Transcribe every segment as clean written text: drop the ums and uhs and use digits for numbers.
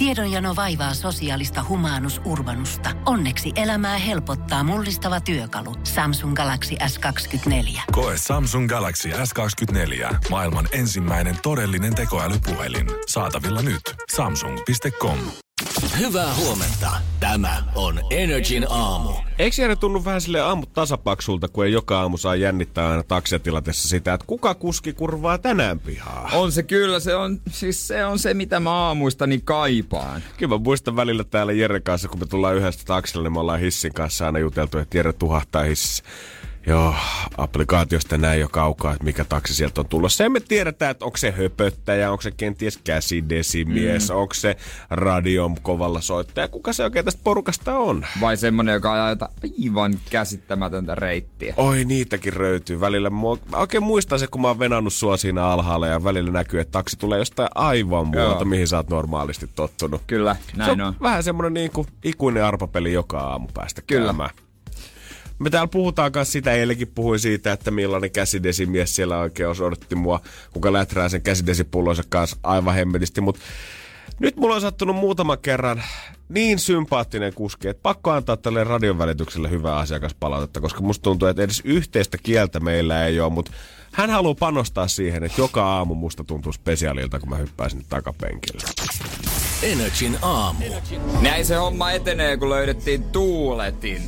Tiedonjano vaivaa sosiaalista humanus urbanusta. Onneksi elämää helpottaa mullistava työkalu. Samsung Galaxy S24. Koe Samsung Galaxy S24. Maailman ensimmäinen todellinen tekoälypuhelin. Saatavilla nyt. Samsung.com. Hyvää huomenta. Tämä on Energin aamu. Eikö jäädä tunnu vähän silleen aamut tasapaksulta, kun ei joka aamu saa jännittää aina taksitilatessa sitä, että kuka kuski kurvaa tänään pihaa? On se kyllä, se on se mitä mä aamuistani kaipaan. Kyllä mä muistan välillä täällä Jerren kanssa, kun me tullaan yhdestä taksilla, niin me ollaan hissin kanssa aina juteltu, että Jerre tuhahtaa hississä. Joo, applikaatiosta näin jo kaukaa, että mikä taksi sieltä on tulossa. Ja me tiedetään, että onko se höpöttäjä, onko se kenties käsidesimies, onko se radion kovalla soittaja. Kuka se oikein tästä porukasta on? Vai semmonen, joka ajaa aivan käsittämätöntä reittiä. Oi, niitäkin löytyy. Välillä mä oikein muistan se, kun mä oon venannut sua siinä alhaalla ja välillä näkyy, että taksi tulee jostain aivan muualta, mihin sä oot normaalisti tottunut. Kyllä, näin on. Vähän semmonen niin kuin ikuinen arpapeli joka aamu päästä kyllä käymään. Me täällä puhutaan kanssa sitä, eilenkin puhuin siitä, että millainen käsidesimies siellä oikein odotti mua, kuka läträä sen käsidesipullonsa kanssa aivan hemmetisti. Mutta nyt mulla on sattunut muutaman kerran niin sympaattinen kuski, että pakko antaa tälle radion välitykselle hyvää asiakaspalautetta, koska musta tuntuu, että edes yhteistä kieltä meillä ei ole, mutta hän haluaa panostaa siihen, että joka aamu musta tuntuu spesiaalilta, kun mä hyppään sinne takapenkille. Energin aamu. Näin se homma etenee, kun löydettiin tuuletin.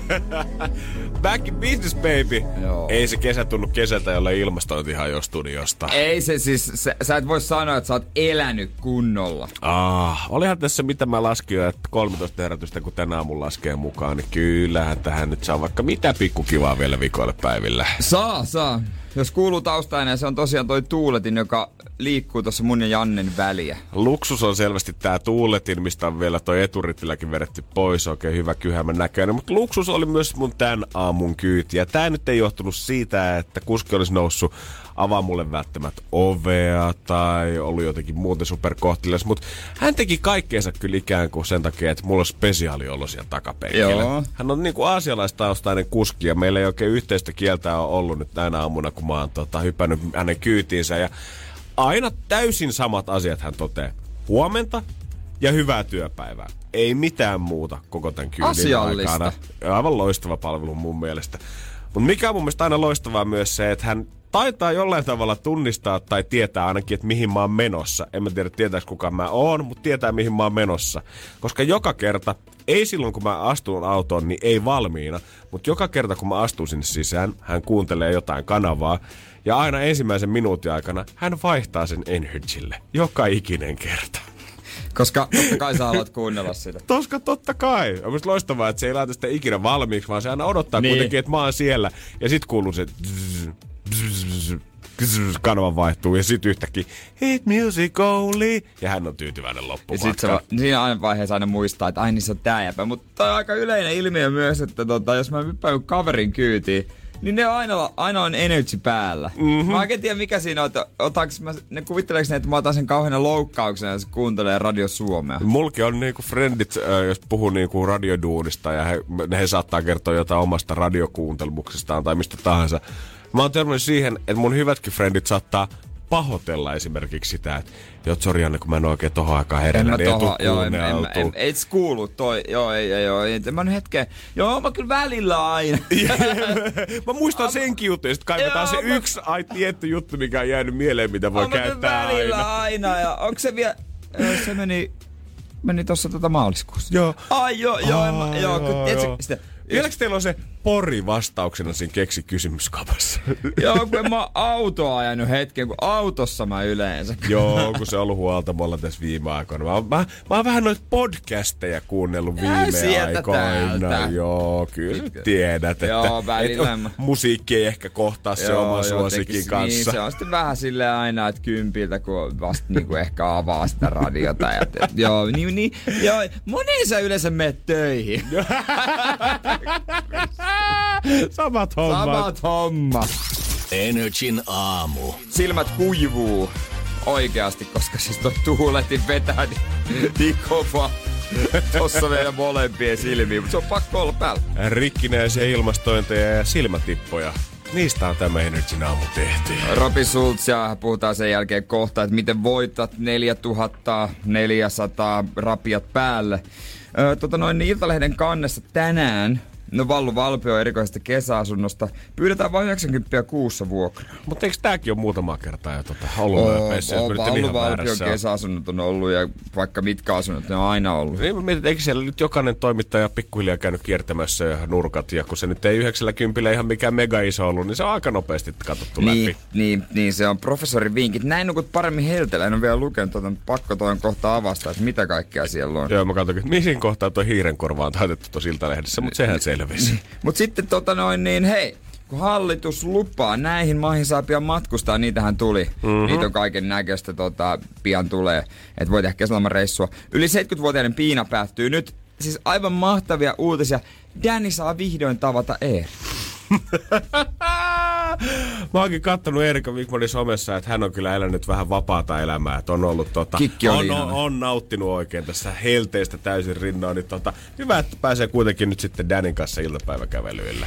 Back in business, baby. Joo. Ei se kesä tunnu kesältä, jolle ilmastointi hajoaa studiosta. Ei se siis, sä et voi sanoa, että sä oot elänyt kunnolla. Olihan tässä mitä mä laskin jo, että 13 herätystä kun tänä aamulla laskee mukaan, niin kyllähän tähän nyt saa vaikka mitä pikkukivaa vielä vikoille päivillä. Saa. Jos kuuluu taustainen, se on tosiaan toi tuuletin, joka liikkuu tuossa mun ja Jannen väliä. Luksus on selvästi tää tuuletin, mistä on vielä toi eturitilläkin vedetty pois. Oikein hyvä kyhämän näköinen. Mutta luksus oli myös mun tän aamun kyyti. Ja tää nyt ei johtunut siitä, että kuski olisi noussut avaa mulle välttämättä ovea tai ollut jotenkin muuten superkohtelias. Mutta hän teki kaikkeensa kyllä ikään kuin sen takia, että mulla on spesiaaliolo siellä takapenkillä. Joo. Hän on niinku aasialaistaustainen kuski ja meillä ei oikein yhteistä kieltä ole ollut nyt näinä aamuna, kun mä oon hypännyt hänen kyytiinsä. Ja aina täysin samat asiat hän toteaa. Huomenta ja hyvää työpäivää. Ei mitään muuta koko tämän kyydin asiallista aikana. Aivan loistava palvelu mun mielestä. Mutta mikä on mun mielestä aina loistavaa myös se, että hän taitaa jollain tavalla tunnistaa tai tietää ainakin, että mihin mä oon menossa. En mä tiedä, tietääks kuka mä oon, mutta tietää mihin mä oon menossa. Koska joka kerta, ei silloin kun mä astun autoon, niin ei valmiina. Mutta joka kerta kun mä astun sinne sisään, hän kuuntelee jotain kanavaa. Ja aina ensimmäisen minuutin aikana hän vaihtaa sen Energylle. Joka ikinen kerta. Koska totta kai sä haluat kuunnella sitä. Koska totta kai. On myös loistavaa, että se ei laita sitä ikinä valmiiksi, vaan se aina odottaa kuitenkin, että mä oon siellä. Ja sit kuuluu se kanava vaihtuu ja sit yhtäkkiä hit music only. Ja hän on tyytyväinen loppumatkaan. Siinä aina vaiheessa aina muistaa, että ai niin se on tää jäpä. Mutta on aika yleinen ilmiö myös, että jos mä hyppään kaverin kyytiin, niin ne aina on Energy päällä. Mm-hmm. Mä oikein tiedä mikä siinä on, että ne kuvitteleeko ne, että mä otan sen kauheana loukkauksena, jos kuuntelee Radio Suomea. Mulki on niinku friendit, jos puhuu niinku radioduunista ja he saattaa kertoa jotain omasta radiokuuntelmuksestaan tai mistä tahansa. Mä oon törmännyt siihen, että mun hyvätkin friendit saattaa pahoitella esimerkiksi sitä, että sori Janne, kun mä en oikein tohon aikaan hereillä, niin ei se kuulu toi, ei. Mä nyt hetken, mä kyllä välillä aina. Mä muistan senkin juttu, ja sit kaivetaan se yksi tietty juttu, mikä on jäänyt mieleen, mitä voi käyttää välillä aina, ja onko se vielä, se meni tossa maaliskuussa. Joo. Vieläks teillä on se pori vastauksena siinä keksikysymyskapassa? Joo, kun mä oon autoa ajanut hetken, kun autossa mä yleensä. Joo, kun se on ollut huoltamolla tässä viime aikoina. Mä oon vähän noita podcasteja kuunnellut viime aikoina. Täältä. Joo, kyllä tiedät, että musiikki ei ehkä kohtaa se oman suosikin kanssa. Niin, se on sitten vähän silleen aina, että kympiltä, kun vasta niinku ehkä avaa sitä radiota. Joo, moneen sä yleensä menet töihin. Samat hommat. Energin aamu. Silmät kuivuu oikeasti, koska siis toi tuuletin vetää niin kova tossa meidän molempien silmiin. Mutta se on pakko olla päällä. Rikkinäisiä ilmastointeja ja silmätippoja Niistä on tämä Energin aamu tehty. Robi Schulz ja puhutaan sen jälkeen kohta, että miten voitat 4400 rapiat päälle. Iltalehden kannessa tänään, Vallu Valpio erikoisesta kesäasunnosta, pyydetään vain 90 kuussa vuokraa. Mutta eikö tääkin ole muutama kertaa jo ollut näpeissä? Vallu Valpion kesäasunnot on ollut ja vaikka mitkä asunnot ne on aina ollut. Niin mä mietin, että eikö siellä nyt jokainen toimittaja pikkuhiljaa käynyt kiertämässä ja nurkat, ja kun se nyt ei 90 ihan mikään mega iso ollut, niin se on aika nopeasti katsottu läpi. Niin, se on professorin vinkit. Näin nukut paremmin helteellä. En ole vielä lukenut, pakko toin kohta avastaa, että mitä kaikkea siellä on. Joo, mä katsoin, että mihin kohtaan tuo hiirenkorva on taitettu tuossa Iltalehdessä, mutta sehän selvisi. Mutta sitten hei, kun hallitus lupaa näihin maihin saa pian matkustaa, niitähän tuli. Niitä on kaiken näköistä, pian tulee, että voi tehdä kesälomareissua. Yli 70-vuotiaiden piina päättyy nyt. Siis aivan mahtavia uutisia. Danny saa vihdoin tavata Eeri. Mä oonkin kattonut Erika Wigmanin somessa, että hän on kyllä elänyt vähän vapaata elämää. Että on ollut on nauttinut oikein tässä helteistä täysin rinnoin. Niin hyvä, että pääsee kuitenkin nyt sitten Danin kanssa iltapäiväkävelyillä.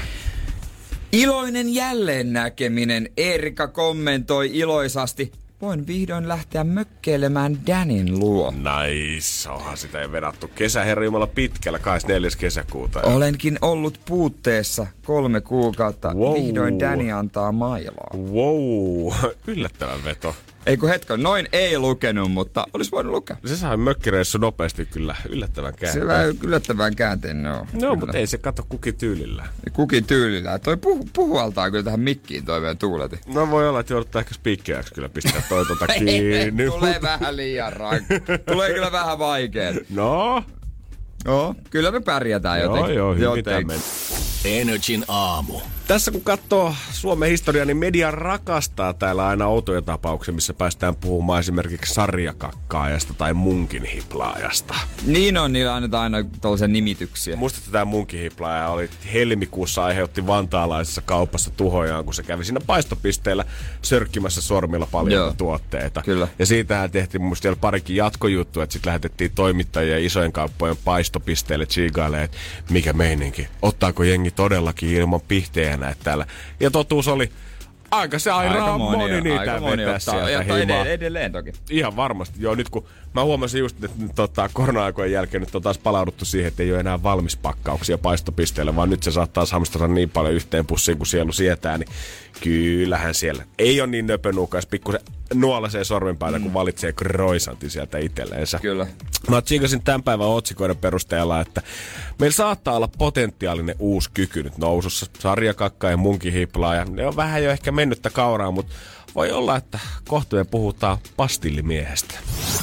Iloinen jälleen näkeminen. Erika kommentoi iloisasti. Voin vihdoin lähteä mökkeilemään Danin luo. Nice. Onhan sitä ei vedattu kesäherjumalla pitkällä 24. kesäkuuta. Olenkin ollut puutteessa 3 kuukautta. Wow. Vihdoin Danny antaa mailaa. Wow. Yllättävän veto. Ei kun hetken, noin ei lukenut, mutta olisi voinut lukea. Se sai mökkireissu nopeasti kyllä yllättävän käänteen. Se vähän yllättävän käänteen, no. No, mutta ei se kato kukin tyylillä. Kukin tyylillä. Toi puhualtaa kyllä tähän mikkiin toi vielä tuuleti. No voi olla, että jouduttaa ehkä spiikkiäksi kyllä pistää toi kiinni. Tulee vähän liian rankka. Tulee kyllä vähän vaikeet. No, kyllä me pärjätään jotenkin. Joo, hyvin tämän. Energin aamu. Tässä kun katsoo Suomen historiaa, niin media rakastaa täällä aina outoja tapauksia, missä päästään puhumaan esimerkiksi sarjakakkaajasta tai munkinhiplaajasta. Niin on, niillä annetaan aina tällaisia nimityksiä. Muistatte, tämä munkinhiplaaja oli helmikuussa aiheutti vantaalaisessa kaupassa tuhojaan, kun se kävi siinä paistopisteellä sörkkimässä sormilla paljon tuotteita. Kyllä. Ja siitähän tehtiin mun mielestä vielä parikin jatkojuttu, että sitten lähetettiin toimittajia isojen kauppojen paistopisteelle tsiigailemaan, että mikä meininki, ottaako jengi todellakin ilman pihtejä näitä täällä. Ja totuus oli, aika moni niitä vetää sieltä himaa. Edelleen toki. Ihan varmasti. Joo, nyt kun mä huomasin just, että korona-aikojen jälkeen nyt on taas palauduttu siihen, että ei ole enää valmis pakkauksia paistopisteelle, vaan nyt se saattaa hamstrata niin paljon yhteen pussiin, kun sielu sietää, niin kyllähän siellä ei ole niin nöpönuukas, pikkusen nuolasee sormenpäitä, kun valitsee croissantin sieltä itselleensä. Kyllä. Mä tsiikasin tämän päivän otsikoiden perusteella, että meillä saattaa olla potentiaalinen uusi kyky nyt nousussa. Sarjakakka ja munkinhiplaa, ja ne on vähän jo ehkä mennyttä kauraa, mutta voi olla, että kohta me puhutaan pastillimiehestä.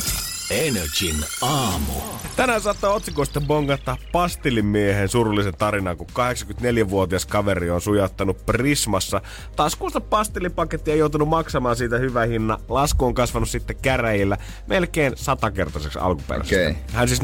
Energin aamu. Tänään saattaa otsikoista bongata pastillimiehen surullisen tarinan, kun 84-vuotias kaveri on sujauttanut Prismassa taskuunsa pastillipakettia ja joutunut maksamaan siitä hyvän hinnan. Lasku on kasvanut sitten käräjillä melkein 100-kertaiseksi alkuperäisestä. Okay. Hän siis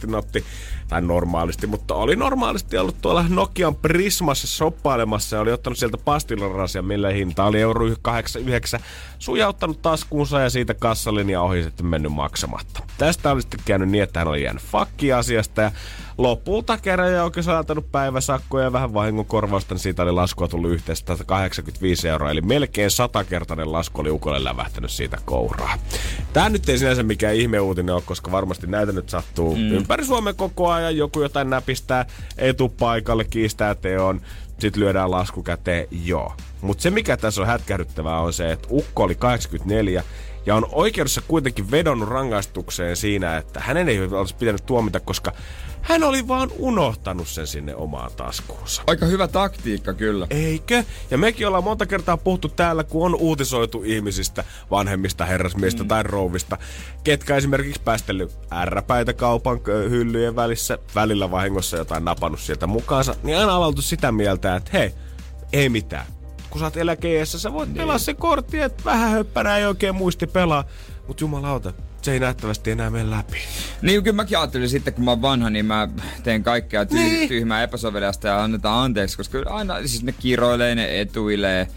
mutta oli normaalisti ollut tuolla Nokian Prismassa shoppailemassa ja oli ottanut sieltä pastillarasia, millä hinta oli €89, sujauttanut taskuunsa ja siitä kassalinja ohi sitten mennyt maksamatta. Tästä oli sitten käynyt niin, että hän oli jäänyt fakki-asiasta ja lopulta käräjä oikein antanut päiväsakkoja ja vähän vahingonkorvausta, niin siitä oli laskua tullut yhteensä 185 €, eli melkein 100-kertainen lasku oli ukolle lävähtänyt siitä kouraa. Tää nyt ei sinänsä mikään ihmeuutinen ole, koska varmasti näitä nyt sattuu ympäri Suomen koko ajan, joku jotain näpistää, ei tuu paikalle, kiistää teon, sit lyödään lasku käteen, joo. Mutta se mikä tässä on hätkähdyttävää on se, että ukko oli 84 ja on oikeudessa kuitenkin vedonnut rangaistukseen siinä, että hänen ei olisi pitänyt tuomita, koska hän oli vaan unohtanut sen sinne omaan taskuunsa. Aika hyvä taktiikka kyllä. Eikö? Ja mekin ollaan monta kertaa puhuttu täällä, kun on uutisoitu ihmisistä, vanhemmista herrasmiehistä tai rouvista, ketkä esimerkiksi päästellyt ärräpäitä kaupan hyllyjen välissä, välillä vahingossa jotain napannut sieltä mukaansa, niin aina on oltu sitä mieltä, että hei, ei mitään. Kun sä oot eläkeiässä, sä voit pelaa se kortti, että vähän höppänä ei oikein muisti pelaa. Mut jumalauta, se ei nähtävästi enää mene läpi. Niin kyllä mäkin ajattelin sitten, kun mä oon vanha, niin mä teen kaikkea tyhmää epäsoveliasta ja annetaan anteeksi. Koska aina siis ne kiroilee, ne etuilee.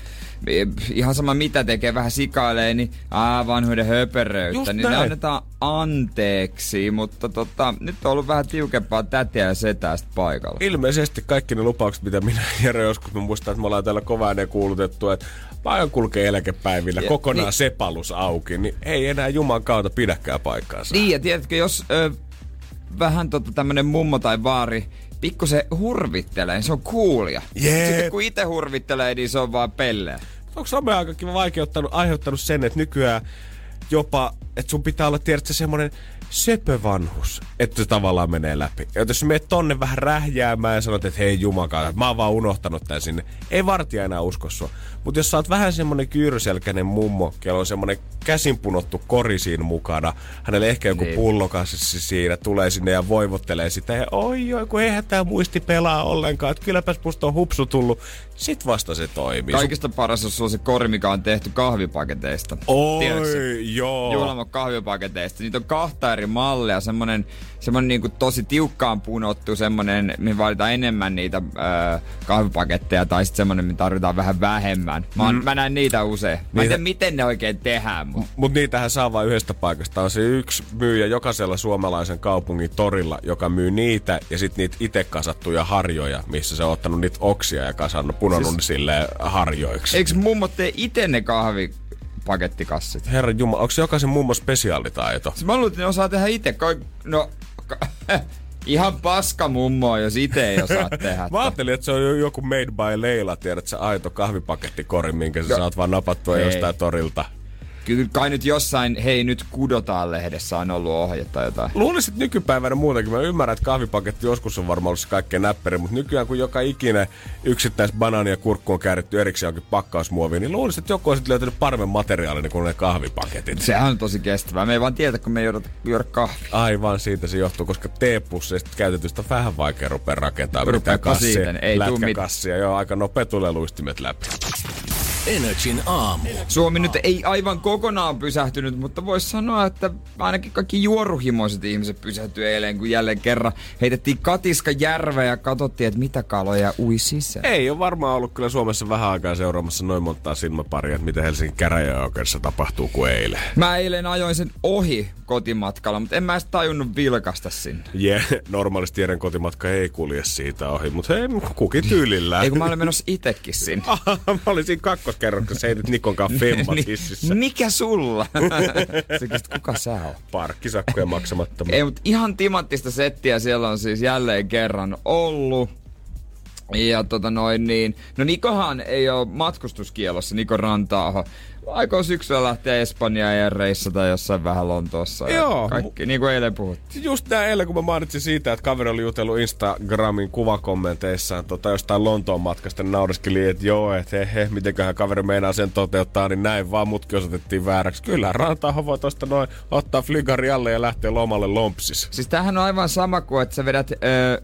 ihan sama mitä tekee, vähän sikailee, niin vanhuuden höperöyttä, just niin näin. Ne annetaan anteeksi, mutta nyt on ollut vähän tiukempaa tätiä ja setää sit paikalla. Ilmeisesti kaikki ne lupaukset, mitä minä ja Jere joskus, mä muistan, että me ollaan täällä kova ääneen kuulutettu, että mä aion kulkea eläkepäivillä kokonaan sepalus auki, niin ei enää Juman kautta pidäkään paikkaansa. Niin, ja tiedätkö, jos vähän tämmönen mummo tai vaari pikkusen hurvittelee, niin se on coolia. Sitten kun itse hurvittelee, niin se on vaan pelleä. Onko someaikakin aiheuttanut sen, että nykyään jopa, että sun pitää olla, tiedätkö, semmonen söpövanhus, että se tavallaan menee läpi. Ja jos menet tonne vähän rähjäämään ja sanot, että hei jumakaan, mä oon vaan unohtanut tän sinne. Ei vartija enää usko sua. Mutta jos sä oot vähän semmonen kyyryselkäinen mummo, kello on semmonen käsinpunottu kori siinä mukana, hänelle ehkä joku pullokassi siinä, tulee sinne ja voivottelee sitä. Ja oi, kun eihän tää muisti pelaa ollenkaan, että kylläpäs musta on hupsu tullut. Sit vasta se toimii. Kaikista paras, jos sulla on se kori, mikä on tehty kahvipaketeista. Oi, joo. Juhlamo kahvipaketeista. Niitä on 2 eri mallia. Semmonen niinku tosi tiukkaan punottu, semmonen, mihin vaaditaan enemmän niitä kahvipaketteja, tai sitten semmonen, mihin tarvitaan vähän vähemmän. Mä näen niitä usein. Mä en tiedä, miten ne oikein tehdään. Mut niitähän saa vain yhdestä paikasta. On se yksi myyjä jokaisella suomalaisen kaupungin torilla, joka myy niitä ja sit niitä itse kasattuja harjoja, missä se on ottanut niitä oksia ja punonut silleen harjoiksi. Eiks mummot tee ite ne kahvipakettikassit? Herran jumala, onko jokaisen mummon spesiaalitaito? Mä luulen, että ne osaa tehdä ite. Ihan paska mummoa, jos ite ei osaa tehdä. Mä ajattelin, että se on joku Made by Leila, tiedät sä aito kahvipakettikori, minkä sä saat vaan napattua jostain torilta. Kyllä kai nyt jossain, hei nyt kudotaan lehdessä on ollut ohje tai jotain. Luulisin, että nykypäivänä muutenkin. Mä ymmärrän, että kahvipaketti joskus on varmaan ollut se kaikkein näppäri, mutta nykyään kun joka ikinen yksittäis banaani ja kurkku on kääritty erikseen jonkin pakkausmuoviin, niin luulisin, että joku on sitten löytänyt paremmin materiaalinen kuin ne kahvipaketit. Sehän on tosi kestävää. Me ei vaan tiedä, kun me ei juoda kahvia. Aivan siitä se johtuu, koska teepusseista käytetystä vähän vaikea rupea rakentamaan mitään kassia. Lätkäkassia. Joo, aika nopea tulee luistimet läpi. Energin aamu. Suomi nyt ei aivan kokonaan pysähtynyt, mutta voisi sanoa, että ainakin kaikki juoruhimoiset ihmiset pysähtyi eilen, kun jälleen kerran heitettiin katiska järveä ja katsottiin, että mitä kaloja ui sisään. Ei ole varmaan ollut kyllä Suomessa vähän aikaa seuraamassa noin montaa silmäparia, että mitä Helsingin käräjäoikeudessa tapahtuu kuin eilen. Mä eilen ajoin sen ohi kotimatkalla, mutta en mä edes tajunnut vilkasta sinne. Normaalisti Jeren kotimatka ei kulje siitä ohi, mutta hei, kukin tyylillä. Ei kun mä olen menossa itekin sinne. Mä olin siinä kakkoskerroksessa, heitit Nikonkaan femmat hississä. Mikä sulla? Se kuka sä oot? Parkkisakkoja maksamatta. Ei, mutta ihan timanttista settiä siellä on siis jälleen kerran ollut. Ja no Nikohan ei ole matkustuskielossa, Niko Ranta-aho. Aikoo syksyllä lähteä Espanjaan ja reissata jossain vähän Lontoossa. Joo. Kaikki, niin kuin eilen puhuttiin. Just nää eilen, kun mä mainitsin siitä, että kaveri oli jutellut Instagramin kuvakommenteissaan jostain Lontoon matkasta, niin nauriskeli, että joo, että mitenköhän kaveri meinaa sen toteuttaa, niin näin vaan mutkin osoitettiin vääräksi. Kyllä, Ranta-aho voi tosta noin ottaa flygari alle ja lähteä lomalle lompsis. Siis tämähän on aivan sama kuin, että sä vedät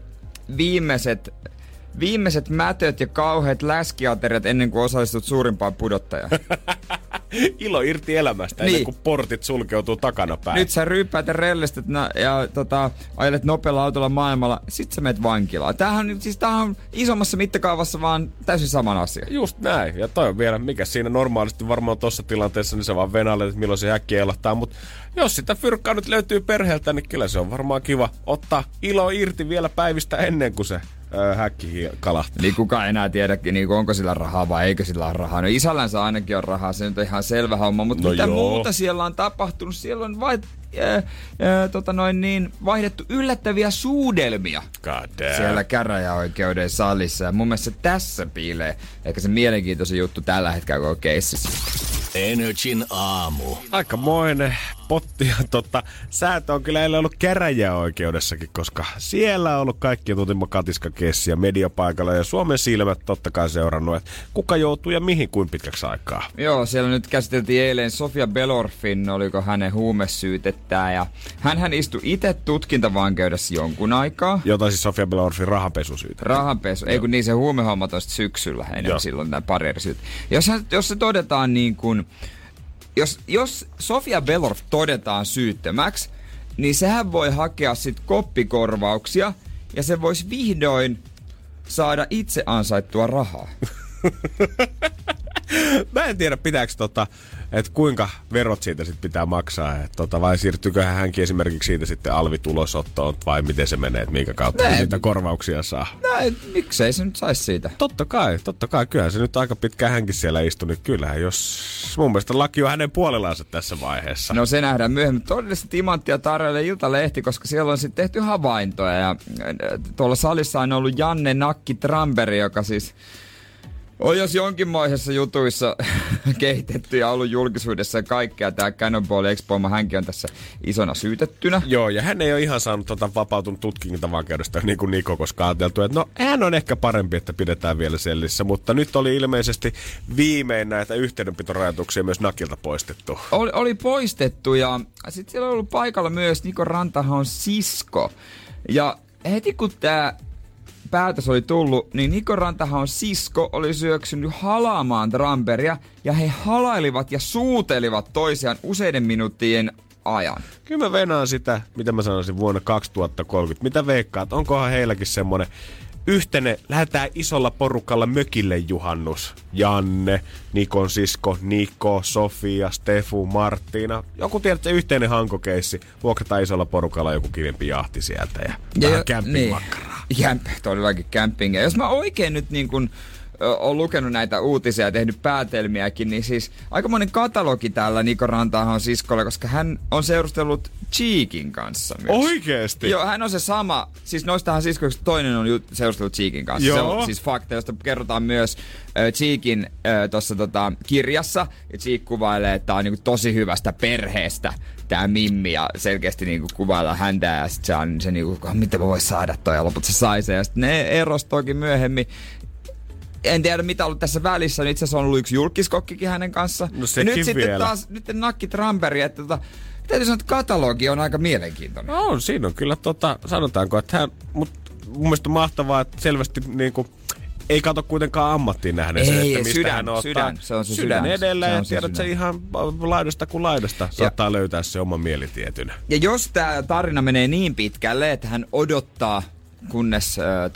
viimeiset mätöt ja kauheat läskiateriat ennen kuin osallistut suurimpaan pudottajaan. Ilo irti elämästä ennen kuin portit sulkeutuu takana päin. Nyt sä ryyppäät ja rellestät ja ajelet nopealla autolla maailmalla, sit sä menet vankilaan. Tämähän on isommassa mittakaavassa vaan täysin saman asia. Just näin. Ja toi on vielä, mikä siinä normaalisti varmaan tossa tilanteessa, niin se vaan venailee, että milloin se äkkiä elahtaa. Mutta jos sitä fyrkkaa nyt löytyy perheeltä, niin kyllä se on varmaan kiva ottaa ilo irti vielä päivistä ennen kuin se häkki kalahtaa. Niin kukaan enää tiedäkin, niin onko sillä rahaa vai eikö sillä ole rahaa. No isällänsä ainakin on rahaa, se nyt on ihan selvä homma. Mutta mitä muuta siellä on tapahtunut? Siellä on vaihdettu yllättäviä suudelmia siellä käräjäoikeuden salissa. Ja mun mielestä tässä piilee ehkä se mielenkiintoinen juttu tällä hetkellä koko keississä. Energin aamu. Aikamoinen potti ja säätö on kyllä eilen ollut käräjäoikeudessakin, koska siellä on ollut kaikkien tutimma katiskakessi ja mediapaikalla ja Suomen silmät totta kai seurannut, että kuka joutuu ja mihin kuin pitkäksi aikaa. Joo, siellä nyt käsiteltiin eilen Sofia Belorfin, oliko hänen huumesyytettää ja hänhän istui itse tutkintavankeudessa jonkun aikaa. Jota siis Sofia Belorfin rahanpesusyytä. Rahanpesu, ei kun niin se huumehommat on syksyllä enemmän silloin nämä pari eri syytä. Jos se todetaan niin kuin Jos Sofia Belorf todetaan syyttömäksi, niin sehän voi hakea sit koppikorvauksia ja se voisi vihdoin saada itse ansaittua rahaa. Mä en tiedä, pitääkö että kuinka verot siitä sitten pitää maksaa. Vai siirtyyköhän hänkin esimerkiksi siitä sitten alvitulosottoon, vai miten se menee, että minkä kautta niitä korvauksia saa? Miksei se nyt saisi siitä? Totta kai. Kyllähän se nyt aika pitkään hänkin siellä istui, niin kyllähän jos mun mielestä laki on hänen puolellaansa tässä vaiheessa. No se nähdään myöhemmin. Todellista timanttia tarjoilee Iltalehti, koska siellä on sitten tehty havaintoja. Ja tuolla salissa on ollut Janne Nakki-Tramberi, joka siis on jos jonkinmoisessa jutuissa kehitetty ja ollut julkisuudessa ja kaikkea. Tämä Cannonball Expo, hänkin on tässä isona syytettynä. Joo, ja hän ei ole ihan saanut vapautunut tutkintavakeudesta niin kuin Niko, koska ajateltu, että no hän on ehkä parempi, että pidetään vielä sellissä. Mutta nyt oli ilmeisesti viimein näitä yhteydenpitorajoituksia myös Nakilta poistettu. Oli poistettu ja sitten siellä on ollut paikalla myös Niko Rantahon sisko. Ja heti kun tämä päätös oli tullut, niin Niko Rantahon sisko oli syöksynyt halaamaan Tramperia ja he halailivat ja suutelivat toisiaan useiden minuuttien ajan. Kyllä mä venaan sitä, mitä mä sanoisin vuonna 2030. Mitä veikkaat? Onkohan heilläkin semmonen yhteinen, lähdetään isolla porukalla mökille juhannus. Janne, Nikon sisko, Niko, Sofia, Stefu, Marttiina. Joku tiedät, se yhteinen hankokeissi. Vuokrataan isolla porukalla joku kivempi jahti sieltä ja vähän campingmakkaraa. Todellakin campingia. Jos mä oikein nyt niin kun olen lukenut näitä uutisia ja tehnyt päätelmiäkin, niin siis aikamoinen katalogi täällä Niko Rantahon siskolla, koska hän on seurustellut Cheekin kanssa myös. Oikeesti? Joo, hän on se sama. Siis noistahan siskoista toinen on seurustellut Cheekin kanssa. Joo. Se on siis fakta, josta kerrotaan myös Cheekin tuossa kirjassa. Ja Cheek kuvailee, että tää on niinku tosi hyvästä perheestä tää Mimmi ja selkeästi niinku kuvaillaan häntä ja sit se niinku, mitä mä vois saada toi ja loput se sai se. Ja sit ne erostoikin myöhemmin. En tiedä, mitä on ollut tässä välissä. Itse asiassa on ollut yksi julkiskokkikin hänen kanssa. No sekin nyt vielä. Sitten taas Nakki Tramberi, että täytyy sanoa, että katalogi on aika mielenkiintoinen. No siinä on kyllä sanotaanko, että hän, mutta mun mielestä on mahtavaa, että selvästi niinku ei kato kuitenkaan ammattiin nähden se, että mistä hän ottaa sydän edellä ja tiedät se ihan laidasta kuin laidasta. Saattaa löytää se oman mielitietyn. Ja jos tää tarina menee niin pitkälle, että hän odottaa kunnes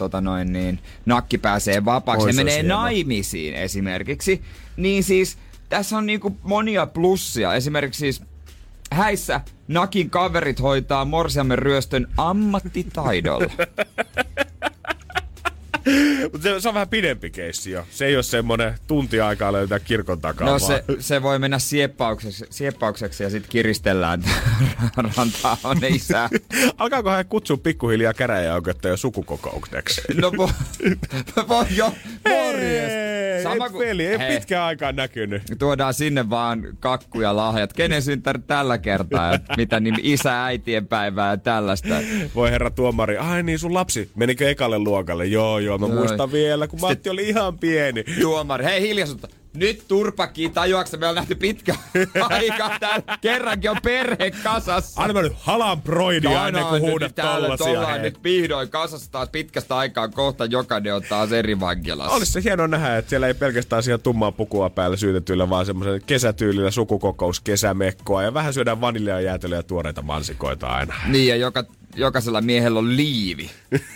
Nakki pääsee vapaaksi ja menee naimisiin esimerkiksi, niin siis tässä on niinku monia plussia. Esimerkiksi siis häissä Nakin kaverit hoitaa morsiamen ryöstön ammattitaidolla. Mutta se on vähän pidempi keissi jo. Se ei ole semmonen tunti aikaa löytää kirkon takaa. No se voi mennä sieppaukseksi ja sitten kiristellään Rantahon isää. Alkaako hän kutsua pikkuhiljaa käräjäoikeutta jo sukukokoukseksi? No voi jo. Morjes. Sama kuin peli, ei pitkään aikaan näkynyt. Tuodaan sinne vaan kakku ja lahjat. Kenen synttäri tällä kertaa? Mitä niin isä, äitien päivää ja tällaista. Voi herra tuomari, ai niin sun lapsi, menikö ekalle luokalle? Joo, mä muistan vielä, kun Matti oli ihan pieni. Tuomari, hei hiljaisuutta. Nyt turpakkiin tajuaksä, me on nähty pitkä aika täällä. Kerrankin on perhe kasassa. Anna mä nyt halan broidia ennen kuin huudat tollasia. Ollaan nyt vihdoin kasassa taas pitkästä aikaa. Kohta jokainen on taas eri vankilassa. Olisi se hienoa nähdä, että siellä ei pelkästään siihen tummaa pukua päällä syytetyillä, vaan semmoisen kesätyylillä sukukokous, kesämekkoa ja vähän syödään vaniljaa, jäätelöä ja tuoreita mansikoita aina. Niin ja jokaisella miehellä on liivi.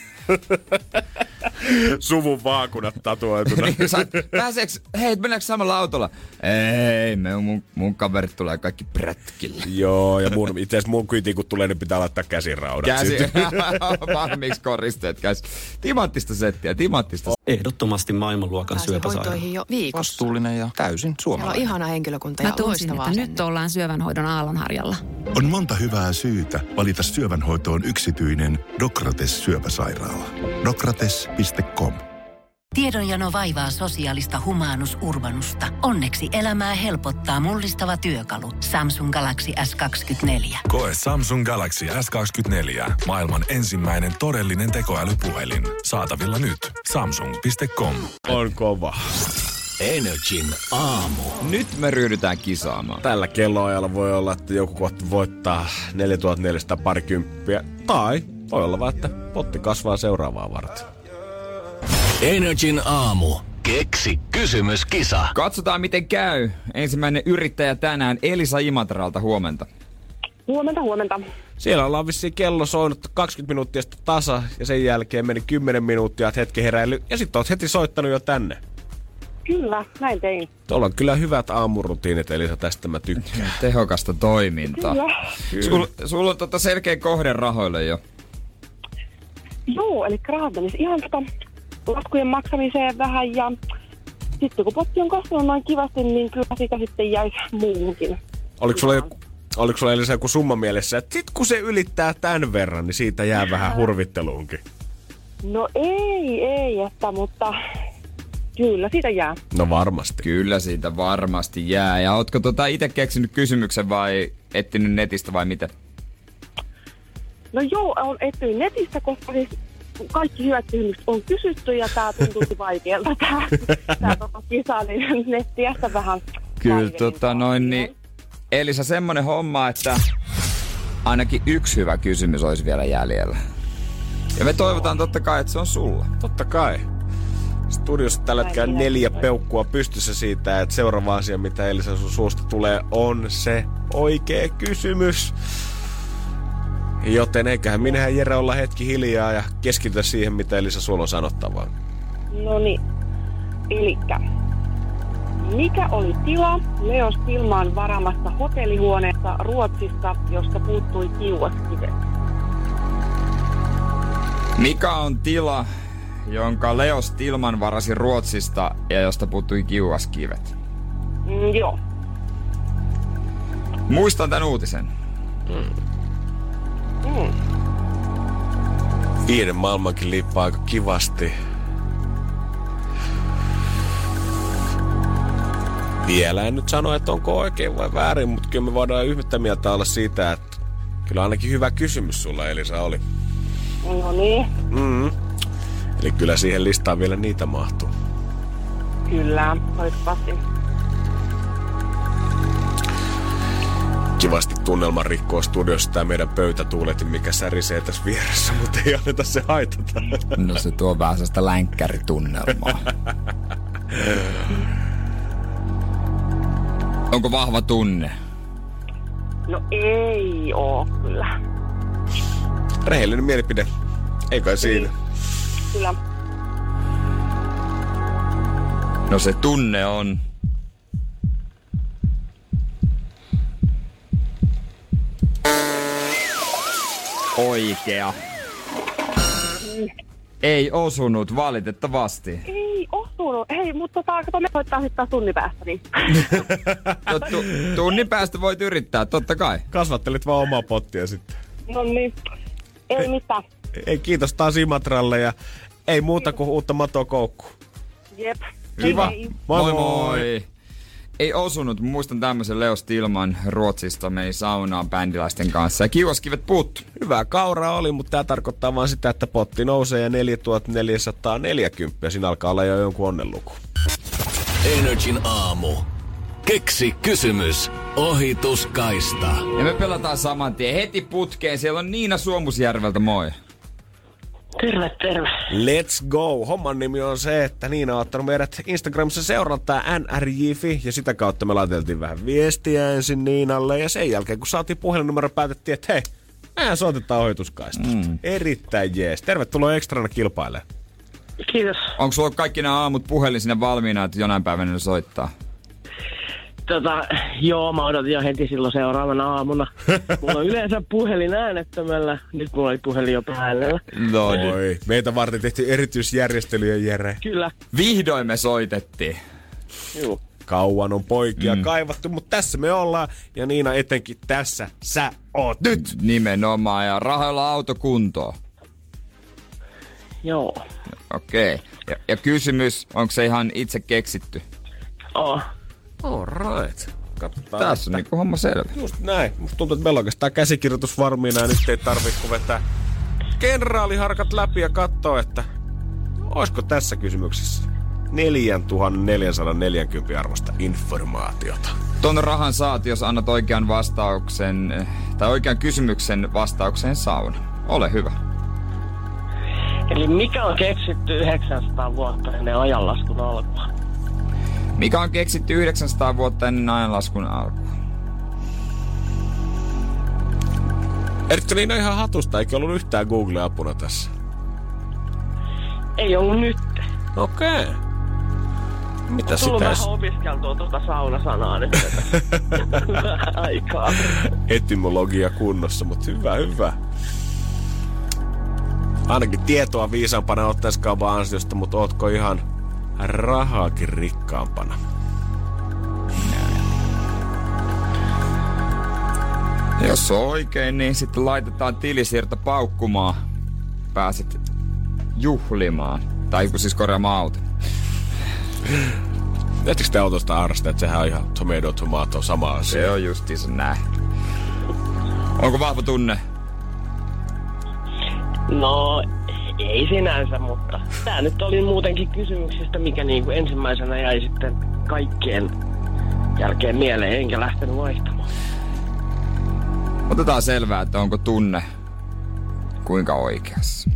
Suvun vaakunat tatuoituna. Hei, mennäänkö samalla autolla? Ei, mun kaverit tulee kaikki prätkillä. Joo, ja itse asiassa mun kyytiin kun tulee, niin pitää laittaa käsiraudat. Valmiiksi koristeet käsi. Timanttista settiä. Ehdottomasti maailmanluokan syöpäsairaala. Jo viikossa. Vastuullinen ja täysin suomalainen. Ihana henkilökunta ja loistavaa. Että nyt ollaan syövänhoidon aallonharjalla. On monta hyvää syytä valita syövänhoitoon yksityinen Docrates syöpäsairaala. Docrates.com. Tiedonjano vaivaa sosiaalista humanus urbanusta. Onneksi elämää helpottaa mullistava työkalu. Samsung Galaxy S24. Koe Samsung Galaxy S24. Maailman ensimmäinen todellinen tekoälypuhelin. Saatavilla nyt. Samsung.com. On kova. Energin aamu. Nyt me ryhdytään kisaamaan. Tällä kelloajalla voi olla, että joku kohta voittaa 4400 parikymppiä. Tai voi olla vaan, että potti kasvaa seuraavaa varten. Energin aamu. Keksi kysymyskisa. Katsotaan miten käy. Ensimmäinen yrittäjä tänään Elisa Imatralta, huomenta. Huomenta. Siellä ollaan vissiin kello soinut 20 minuuttia tasa ja sen jälkeen meni 10 minuuttia, että hetki heräily ja sitten oot heti soittanut jo tänne. Kyllä, näin tein. Tuolla on kyllä hyvät aamurutiinit, Elisa, tästä mä tykkään. Tehokasta toimintaa. Kyllä. Sulla on selkeä kohde rahoille jo. Joo, eli rahat menis ihan laskujen maksamiseen vähän ja sitten kun potti on kasvanut noin kivasti, niin kyllä siitä sitten jäisi muuhunkin. Oliko sulla Elisa joku summa mielessä, että sit kun se ylittää tämän verran, niin siitä jää vähän hurvitteluunkin? No ei, mutta kyllä siitä jää. No varmasti. Kyllä siitä varmasti jää. Ja ootko itse keksinyt kysymyksen vai etsinyt netistä vai miten? No joo, on etsinyt netistä, koska siis kaikki hyvät kysymykset on kysytty ja tää tuntuu vaikealta tää kisa, niin nettiästä vähän. Kyllä niin Elisa, semmonen homma, että ainakin yksi hyvä kysymys olisi vielä jäljellä. Ja me toivotaan totta kai, että se on sulla. Totta kai. Studiossa tällä hetkellä 4 peukkua pystyssä siitä, että seuraava asia, mitä Elisa sun suusta tulee, on se oikea kysymys. Joten eiköhän minähän Jere olla hetki hiljaa ja keskitytä siihen, mitä Elisa sulla on sanottavaa. Noniin, elikkä. Mikä oli tila Leo Stillman varaamassa hotellihuoneessa Ruotsissa, josta puuttui kiuaskivet? Mikä on tila, jonka Leo Stillman varasi Ruotsista ja josta puuttui kiuaskivet? Joo. Muistan tän uutisen. Viiden maailmankin liippaa aika kivasti. Vielä en nyt sano, että onko oikein vai väärin, mutta kyllä me voidaan yhtä mieltä olla siitä, että kyllä ainakin hyvä kysymys sulla, Elisa, oli. No niin. Eli kyllä siihen listaan vielä niitä mahtuu. Kyllä, toivottavasti. Kivasti tunnelman rikkoo studiossa tää meidän pöytätuuletin, mikä särisee tässä vieressä, mutta ei anneta se haitata. No se tuo vähän sellaista länkkäritunnelmaa. Onko vahva tunne? No ei oo kyllä. Rehellinen mielipide. Ei kai siinä. Kyllä. No se tunne on... oikea. Ei osunut, valitettavasti. Ei osunut. Hei, mutta kato, me voittaa sitten taas tunnin päästä, niin. Tunnin päästä voit yrittää, totta kai. Kasvattelit vaan omaa pottia sitten. No niin. Ei mitään. Ei, kiitos taas Imatralle ja ei muuta kuin uutta matoa koukkuun. Jep. Kiva. Hei. Moi moi. Ei osunut. Muistan tämmöisen Leo Stillman Ruotsista meni saunaan bändilaisten kanssa ja kiuaskivet puuttu. Hyvää kauraa oli, mutta tää tarkoittaa vaan sitä, että potti nousee ja 4440. Siinä alkaa olla jo jonkun onnenluku. Energin aamu. Keksi kysymys. Ohituskaista. Ja me pelataan saman tien heti putkeen. Siellä on Niina Suomusjärveltä, moi. Terve, terve. Let's go! Homman nimi on se, että Niina on ottanut meidät Instagramissa seurantaa NRJ.fi ja sitä kautta me laiteltiin vähän viestiä ensin Niinalle ja sen jälkeen kun saatiin puhelinnumero päätettiin, että hei, mehän soitetaan ohituskaista. Erittäin jees. Tervetuloa ekstrana kilpailemaan. Kiitos. Onko sulla kaikki nämä aamut puhelin sinne valmiina, että jonain päivänä ne soittaa? Joo, mä odotin jo heti silloin seuraavana aamuna. Mulla on yleensä puhelin äänettömällä, nyt mulla oli puhelin jo päällä. No niin. Oi, meitä varten tehtiin erityisjärjestelyjä, Jere. Kyllä. Vihdoin me soitettiin. Joo. Kauan on poikia kaivattu, mutta tässä me ollaan. Ja Niina, etenkin tässä sä oot nyt. Nimenomaan, ja rahoilla auto kuntoon. Joo. Okei. Ja kysymys, onko se ihan itse keksitty? All right. Katsotaan. Tässä on niinku homma selvä. Just näin. Musta tuntuu, että meillä on oikeastaan käsikirjoitus valmiina ja nyt ei tarvitse kun vetää kenraaliharkat läpi ja katsoa, että olisiko tässä kysymyksessä 4440 arvosta informaatiota. Ton rahan saat, jos annat oikean vastauksen, tai oikean kysymyksen vastaukseen sauna. Ole hyvä. Eli mikä on keksitty 900 vuotta ennen ajanlaskun alkua? Mikä on keksitty 900 vuotta ennen ajanlaskun alkua? Eritkö Niina ihan hatusta? Eikä ollut yhtään Google-apuna tässä? Ei ollut nyt. Okei. Mitä sitä tullut vähän opiskeltua tuota saunasanaa nyt vähän aikaa. Etymologia kunnossa, mutta hyvä. Ainakin tietoa viisaampana ottaisikaan vaan ansiosta, mutta ootko ihan rahaakin rikkaampana? Jos on oikein, niin sitten laitetaan tilisiirto paukkumaan. Pääset juhlimaan. Tai siis korjaamaan auto. Ettekö te autosta harrastaa, että sehän on ihan tomato sama asia? Se on justiinsa näin. Onko vahva tunne? No, ei sinänsä, mutta tää nyt oli muutenkin kysymyksistä, mikä niinku ensimmäisenä jäi sitten kaikkien jälkeen mieleen, enkä lähtenyt vaihtamaan. Otetaan selvää, että onko tunne kuinka oikeassa.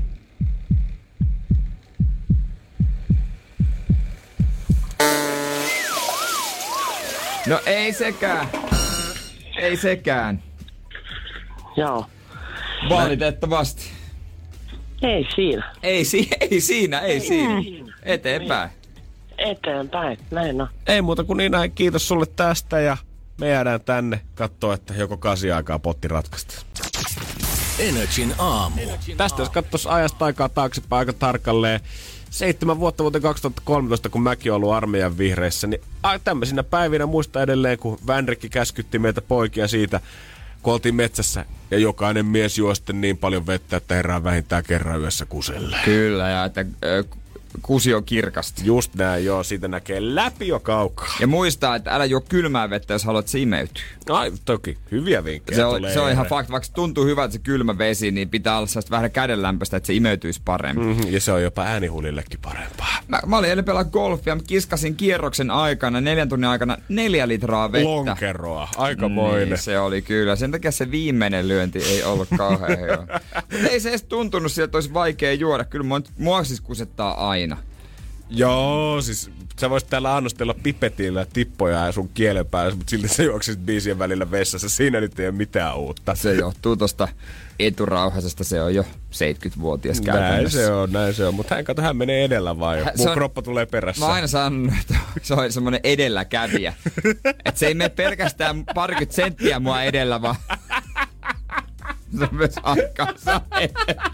No ei sekään. Ei sekään. Joo. Valitettavasti. Ei siinä. Ei siinä. Eteenpäin. Eteenpäin, näin on. Ei muuta kuin niin näin. Kiitos sulle tästä ja me jäädään tänne kattoo, että joko 8 aikaa potti ratkaista. Energin aamu. Tästä jos katsoisi ajasta aikaa taaksepäin aika tarkalleen 7 vuotta vuoteen 2013, kun mäkin olen ollut armeijan vihreissä, niin tämmöisinä päivinä muista edelleen, kun Vänrikki käskytti meitä poikia siitä, kun oltiin metsässä ja jokainen mies juo sitten niin paljon vettä, että herää vähintään kerran yössä kuselle. Kyllä, ja että kusi on kirkasta. Just näin, joo. Siitä näkee läpi jo kaukaa. Ja muistaa, että älä juo kylmää vettä, jos haluat se imeytyä. Ai, toki. Hyviä vinkkejä se on ihan fakta. Vaikka tuntuu hyvältä se kylmä vesi, niin pitää olla sellaista vähän kädenlämpöistä, että se imeytyisi paremmin. Ja se on jopa äänihuulillekin parempaa. Mä olin eilen pelaa golfia, mä kiskasin kierroksen aikana, 4 tunnin aikana 4 litraa vettä. Lonkeroa. Aikamoinen. Niin, se oli kyllä. Sen takia se viimeinen lyönti ei ollut kauhean hyvä. Mutta ei se edes tuntunut siltä, että olisi vaikea juoda. Kyllä mua siis kusettaa aina. Joo, siis sä voisit täällä annostella pipetillä tippoja ja sun kielen päässä, mutta silti sä juoksit biisien välillä vessassa. Siinä nyt ei ole mitään uutta. Se johtuu tosta eturauhasesta, se on jo 70-vuotias käytännössä. Näin se on. Mutta hän menee edellä vaan jo. Mun kroppa tulee perässä. Mä aina sanon, että se on semmonen edelläkävijä. Että se ei mene pelkästään parikymmentä senttiä mua edellä, vaan se on myös aikansa edellä.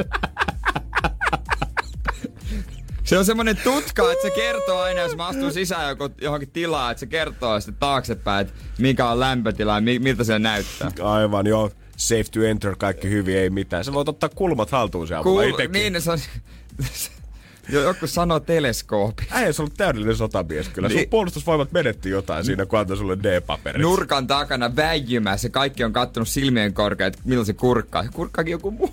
Se on semmonen tutka, että se kertoo aina, jos mä astun sisään johonkin tilaan, että se kertoo sitten taaksepäin, että mikä on lämpötila ja miltä se näyttää. Aivan, joo. Safe to enter, kaikki hyvin, ei mitään. Sä voit ottaa kulmat haltuun se avulla itekin. Niin, se on... Joku sanoo teleskoopi. Ei, se on ollut täydellinen sotamies kyllä. Niin. Sun puolustusvoimat menetti jotain siinä, kun antoi sulle D-paperit. Nurkan takana väijymässä. Kaikki on kattonut silmien korkeat, että milloin se kurkkaa. Kurkkaakin joku muu.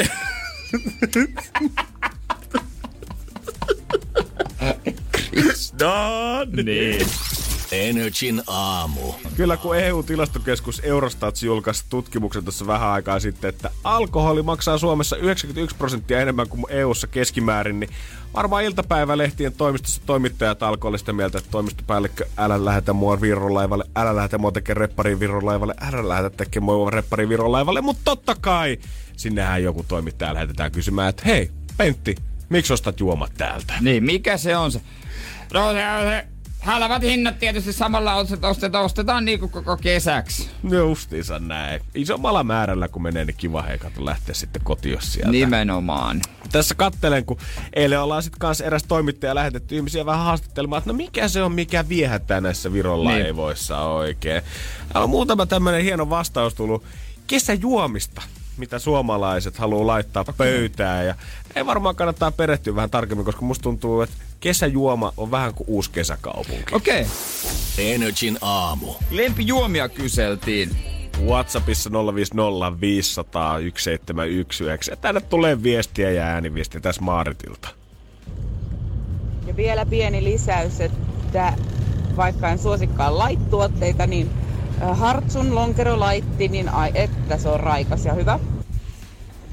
Niin. Energin aamu. Kyllä kun EU-tilastokeskus Eurostat julkaisi tutkimuksen tuossa vähän aikaa sitten, että alkoholi maksaa Suomessa 91% enemmän kuin EU:ssa keskimäärin, niin varmaan iltapäivälehtien toimistossa toimittajat alkoi olla sitä mieltä, että toimistopäällikkö, älä lähetä mua Virolaivalle, älä lähetä mua tekemään reppariin Virolaivalle, älä lähetä tekemään mua reppariin Virolaivalle, mutta totta kai sinnehän joku toimittaja lähetetään kysymään, että hei, Pentti, miksi ostat juomat täältä? Niin, mikä se on se? No se halvat hinnat tietysti samalla ostetaan niinku koko kesäksi. Justiinsa näin. Isommalla määrällä kun menee, niin kiva heikatu lähteä sitten kotiin sieltä. Nimenomaan. Tässä kattelen, kun eilen ollaan sitten kanssa eräs toimittaja lähetetty ihmisiä vähän haastattelemaan, että no mikä se on, mikä viehättää näissä Viron laivoissa oikein. Täällä on muutama tämmönen hieno vastaus tullut kesäjuomista, mitä suomalaiset haluaa laittaa pöytään. Ja ei varmaan kannattaa perehtyä vähän tarkemmin, koska musta tuntuu, että kesäjuoma on vähän kuin uusi kesäkaupunki. Okei. Energin aamu. Lempijuomia kyseltiin. WhatsAppissa 050 500 1719. Ja tänne tulee viestiä ja ääniviestiä tässä Maaritilta. Ja vielä pieni lisäys, että vaikka en suosikkaan light-tuotteita, niin Hartsun lonkerolaitti, niin ai että se on raikas ja hyvä.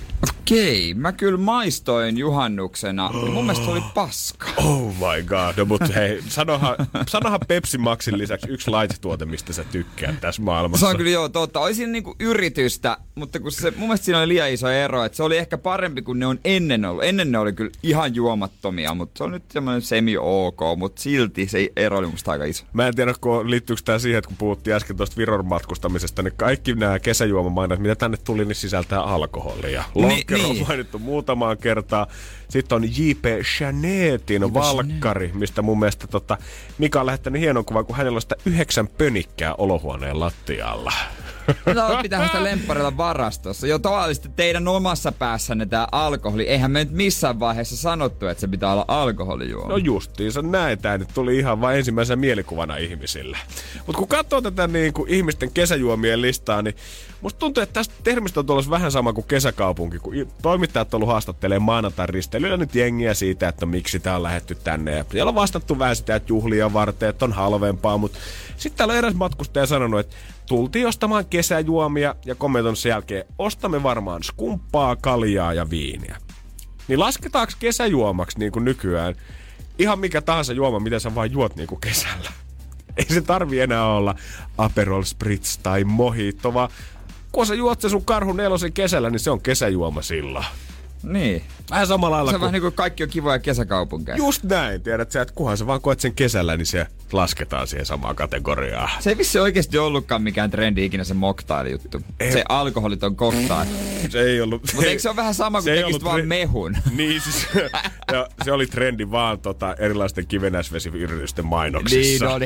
Okei, mä kyllä maistoin juhannuksena. Mun mielestä se oli paska. Oh my god. No, mutta hei, sanohan Pepsi Maxin lisäksi yksi laitetuote, mistä sä tykkäät tässä maailmassa. Se on kyllä joo totta. Oli siinä niinku yritystä, mutta kun se, mun mielestä siinä oli liian iso ero, että se oli ehkä parempi kuin ne on ennen ollut. Ennen ne oli kyllä ihan juomattomia, mutta se on nyt semmoinen semi-ok, mutta silti se ero oli musta aika iso. Mä en tiedä, liittyykö tää siihen, että kun puhuttiin äsken tuosta Viron matkustamisesta, niin kaikki nämä kesäjuomamainat, mitä tänne tuli, niin sisältää alkoholia. Lonkero on mainittu muutamaan kertaan. Sitten on J.P. Chanetin valkkari, mistä mun mielestä Mika on lähettänyt hienon kuvan, kun hänellä on sitä 9 pönikkää olohuoneen lattialla. No, pitää sitä lempparilla varastossa. Jo tavallisesti teidän omassa päässänne tää alkoholi. Eihän me nyt missään vaiheessa sanottu, että se pitää olla alkoholijuoma. No justiinsa näin. Tää nyt tuli ihan vain ensimmäisenä mielikuvana ihmisille. Mut kun katsoo tätä niinku ihmisten kesäjuomien listaa, niin musta tuntuu, että tästä termistä on tulossa vähän sama kuin kesäkaupunki. Kun toimittajat on ollut haastattelemaan maanantain risteilyllä nyt jengiä siitä, että miksi tää on lähdetty tänne. Ja siellä on vastattu vähän sitä, että juhlia varten, että on halvempaa. Mut sitten täällä on eräs matkustaja sanonut, että tultiin ostamaan kesäjuomia ja kommentoinut sen jälkeen, ostamme varmaan skumppaa, kaljaa ja viiniä. Niin lasketaanko kesäjuomaksi niin kuin nykyään ihan mikä tahansa juoma, mitä sä vaan juot niin kuin kesällä? Ei se tarvi enää olla Aperol Spritz tai Mojito, vaan kun sä juot se sun karhun 4 kesällä, niin se on kesäjuoma silloin. Niin. Vähän samalla lailla se on vähän niin kuin kaikki on kivoja kesäkaupunkeja. Just näin. Tiedät sä, että kunhan sä vaan koet sen kesällä, niin se lasketaan siihen samaan kategoriaan. Se ei vissi oikeesti ollutkaan mikään trendi ikinä se mocktail-juttu. Se alkoholiton cocktail. Se ei ollut. Mutta eikö se ole vähän sama kuin tekisit vaan mehun? Niin siis, se oli trendi vaan erilaisten kivennäisvesiyritysten mainoksissa. Niin oli,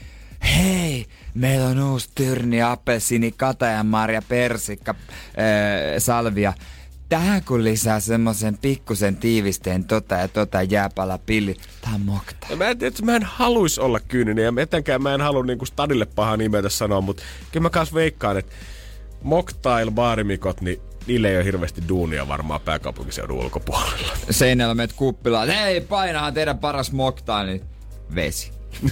hei, meillä on uusi tyrni, appelsiini, katajanmarja, persikka, salvia. Tähän kun lisää semmoisen pikkusen tiivisteen jääpalapilli, tää on mocktail. Mä en haluis olla kyyninen ja etenkään mä en halua niinku stadille pahaa nimetä sanoa, mutta kyllä mä kans veikkaan, että mocktail-baarimikot, niin niille ei ole hirveästi duunia varmaan pääkaupunkiseudun ulkopuolella. Seinällä meet kuppilaan, hei painahan teidän paras mocktail, niin vesi.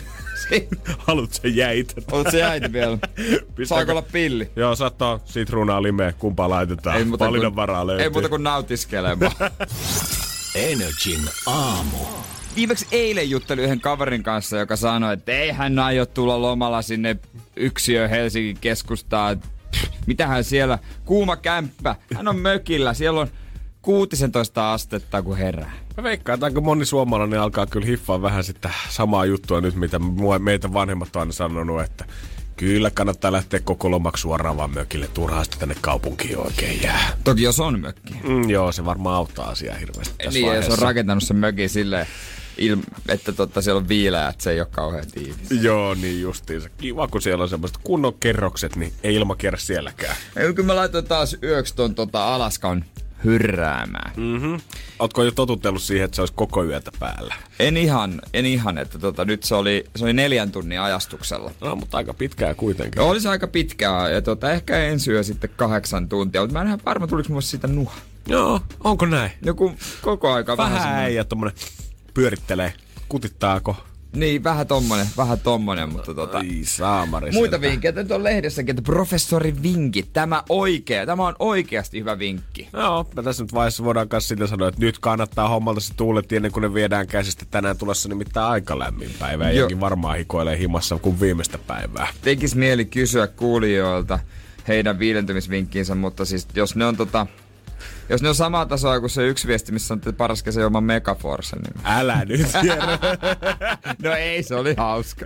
Haluut sä jäitä? Oot sä jäitä vielä? Saako olla pilli? Joo, saattaa sitruunaa, limeä, kumpaa laitetaan. Valinnan varaa löytyy. Ei muuta kuin nautiskelemaan. Energin aamu. Viimeksi eilen juttelin yhden kaverin kanssa, joka sanoi, että ei hän aio tulla lomalla sinne yksiöön Helsingin keskustaan. Mitähän siellä? Kuuma kämppä. Hän on mökillä. Siellä on 16 astetta, kun herää. Mä veikkaan, että aika moni suomalainen alkaa kyllä hiffaa vähän sitä samaa juttua nyt, mitä meitä vanhemmat on aina sanonut, että kyllä kannattaa lähteä koko lomaksi suoraan vaan mökille. Turhaan sitä tänne kaupunkiin oikein jää. Toki jos on mökki. Joo, se varmaan auttaa asiaa hirveästi tässä niin, vaiheessa. Niin, se on rakentanut sen mökin silleen, että siellä on viileää, että se ei ole kauhean tiivis. Joo, niin justiinsa. Kiva, kun siellä on semmoiset kunnon kerrokset, niin ei ilma kierrä sielläkään. Ei, kun mä laitoin taas yöksi ton Alaskan hyrräämään. Ootko jo totutellut siihen, että se olisi koko yötä päällä? En ihan, että nyt se oli 4 tunnin ajastuksella. No, mutta aika pitkää kuitenkin. Oli se aika pitkää, ja ehkä ensi yö sitten 8 tuntia, mutta mä en ihan varma, tuliko mulle siitä nuha. Joo, onko näin? Joku koko aika vähän äijä tommonen pyörittelee, kutittaako? Niin, vähän tommonen, mutta Ai saamari. Muita vinkkejä, nyt on lehdessäkin, että professori vinkit, tämä on oikeasti hyvä vinkki. Joo, mä tässä nyt vaiheessa voidaan kanssa sitä sanoa, että nyt kannattaa hommalta se tuulet ennen kuin ne viedään käsistä. Tänään tulossa nimittäin aika lämmin päivä, ja jenkin varmaan hikoilee himassa kuin viimeistä päivää. Tekis mieli kysyä kuulijoilta heidän viilentymisvinkkiinsä, mutta siis jos ne on samaa tasoa kuin se yksi viesti, missä on paras kesä ilman Megaforce, niin... Älä nyt, No ei, se oli hauska.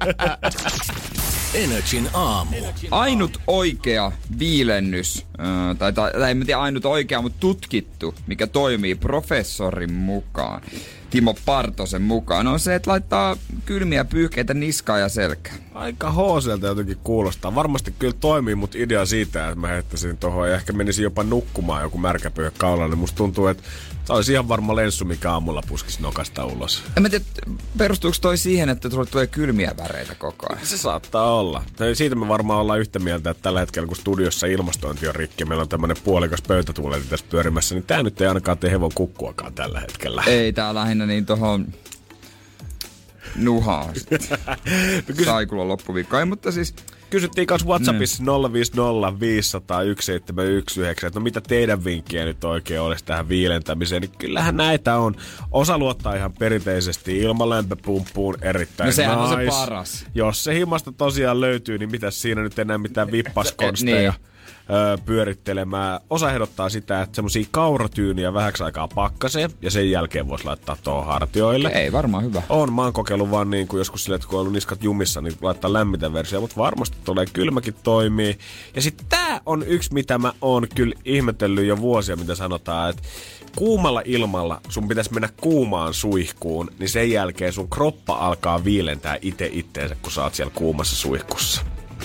Energin aamu. Ainut oikea viilennys, tai en tiedä ainut oikea, mutta tutkittu, mikä toimii professorin mukaan, Timo Partosen mukaan, on se, että laittaa kylmiä pyyhkeitä niskaan ja selkään. Aika hooselta jotenkin kuulostaa. Varmasti kyllä toimii, mutta idea siitä, että mä heittäisin tohon ja ehkä menisin jopa nukkumaan joku märkäpyyhä kaulaan, niin musta tuntuu, että se olisi ihan varma lenssu, mikä aamulla puskisi nokasta ulos. En mä tiedä, perustuuko toi siihen, että sulle tulee kylmiä väreitä koko ajan? Se saattaa olla. Siitä me varmaan ollaan yhtä mieltä, että tällä hetkellä kun studiossa ilmastointi on rikki, meillä on tämmönen puolikas pöytätuuletin tässä pyörimässä, niin tää nyt ei ainakaan tee hevon kukkuakaan tällä hetkellä. Ei, tää lähinnä niin tohon nuhaan. Saikulla loppuviikko. Ei, mutta siis kysyttiin kanssa WhatsAppissa 050 500 1719, että no mitä teidän vinkkiä nyt oikein olisi tähän viilentämiseen, niin kyllähän näitä on. Osa luottaa ihan perinteisesti ilmalämpöpumppuun, erittäin no sehän on se paras. Jos se himasta tosiaan löytyy, niin mitäs siinä nyt enää mitään vippaskonsteja pyörittelemään. Osa ehdottaa sitä, että semmosia kauratyyniä vähäksi aikaa pakkaseen ja sen jälkeen voisi laittaa tuohon hartioille. Ei varmaan hyvä. Mä oon kokeillut vaan niin kuin joskus silleen, että kun on ollut niskat jumissa, niin laittaa lämmitä versio, mutta varmasti tulee kylmäkin toimii. Ja sitten tää on yksi, mitä mä oon kyllä ihmetellyt jo vuosia, mitä sanotaan, että kuumalla ilmalla sun pitäisi mennä kuumaan suihkuun, niin sen jälkeen sun kroppa alkaa viilentää itteensä, kun sä oot siellä kuumassa suihkussa.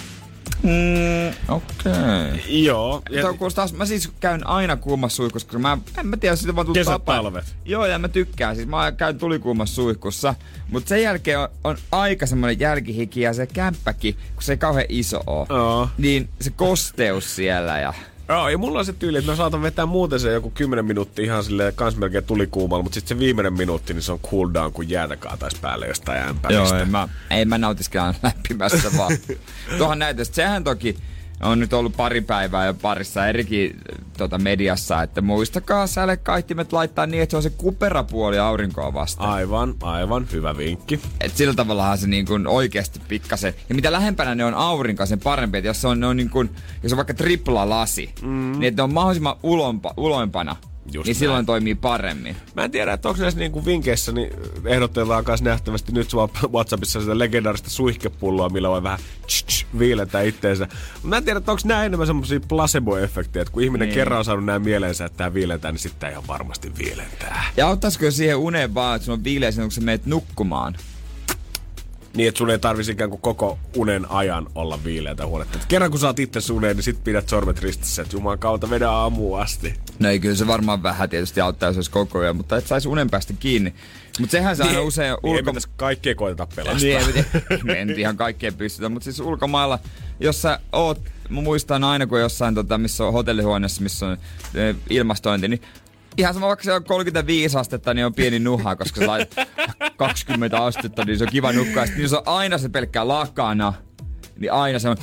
Okei. Joo. Mä siis käyn aina kuumassa suihkussa, koska en mä tiedä, siitä vaan tullut tapa. Kesätalvet. Joo, ja mä tykkään. Siis mä käyn tulikuumassa suihkussa, mutta sen jälkeen on aika semmoinen jälkihiki ja se kämppäkin, kun se ei kauhean iso oo, niin se kosteus siellä ja... Joo, ja mulla on se tyyli, että mä saatan vetää muuten se joku 10 minuuttia ihan silleen kans melkein tulikuumalla, mutta sitten se viimeinen minuutti, niin se on cool down, kun jäätä kaatais päälle jostain ämpäristä. Joo, ei mä nautiskella lämpimässä vaan. Tuohon näytöstä, sehän toki on nyt ollut pari päivää jo parissa erikin mediassa, että muistakaa sälekaihtimet laittaa niin, että se on se kuperapuoli aurinkoa vastaan. Aivan, hyvä vinkki. Et sillä tavallahan se niin kuin oikeasti pikkasen, ja mitä lähempänä ne on aurinkoa, sen parempi, että jos on niin kuin, jos on vaikka tripla lasi, niin että ne on mahdollisimman uloimpana. Just niin näin. Silloin toimii paremmin. Mä en tiedä, että onko näissä niinku vinkkeissä, niin ehdotellaan myös nähtävästi nyt sua WhatsAppissa sitä legendaarista suihkepulloa, millä voi vähän viilentää itteensä. Mä en tiedä, että onko nämä enemmän semmosia placebo-efektejä, että kun ihminen kerran on saanut näin mieleensä, että tää viilentää, niin sitten ihan varmasti viilentää. Ja auttaisiko siihen uneen vaan, että sun on viileä kun sä menet nukkumaan? Niin, että sun ei tarvisi ikään kuin koko unen ajan olla viileätä huoletta. Kerran kun saat itse uneen, niin sit pidät sormet ristissä, että juman kautta vedä aamuun asti. No ei, kyllä se varmaan vähän tietysti auttaa, jos olisi koko ajan, mutta et saisi unen päästä kiinni. Mutta sehän saa niin, usein Ei pitäisi kaikkea koeteta pelastaa. Niin, ei ihan kaikkea pystytä, mutta siis ulkomailla, jos sä oot, mä muistan aina kun jossain, missä on hotellihuoneessa, missä on ilmastointi, niin ihan sama, vaikka se on 35 astetta, niin on pieni nuha, koska sä laitat 20 astetta, niin se on kiva nukkua. Ja sitten jos on aina se pelkkää lakana, niin aina se on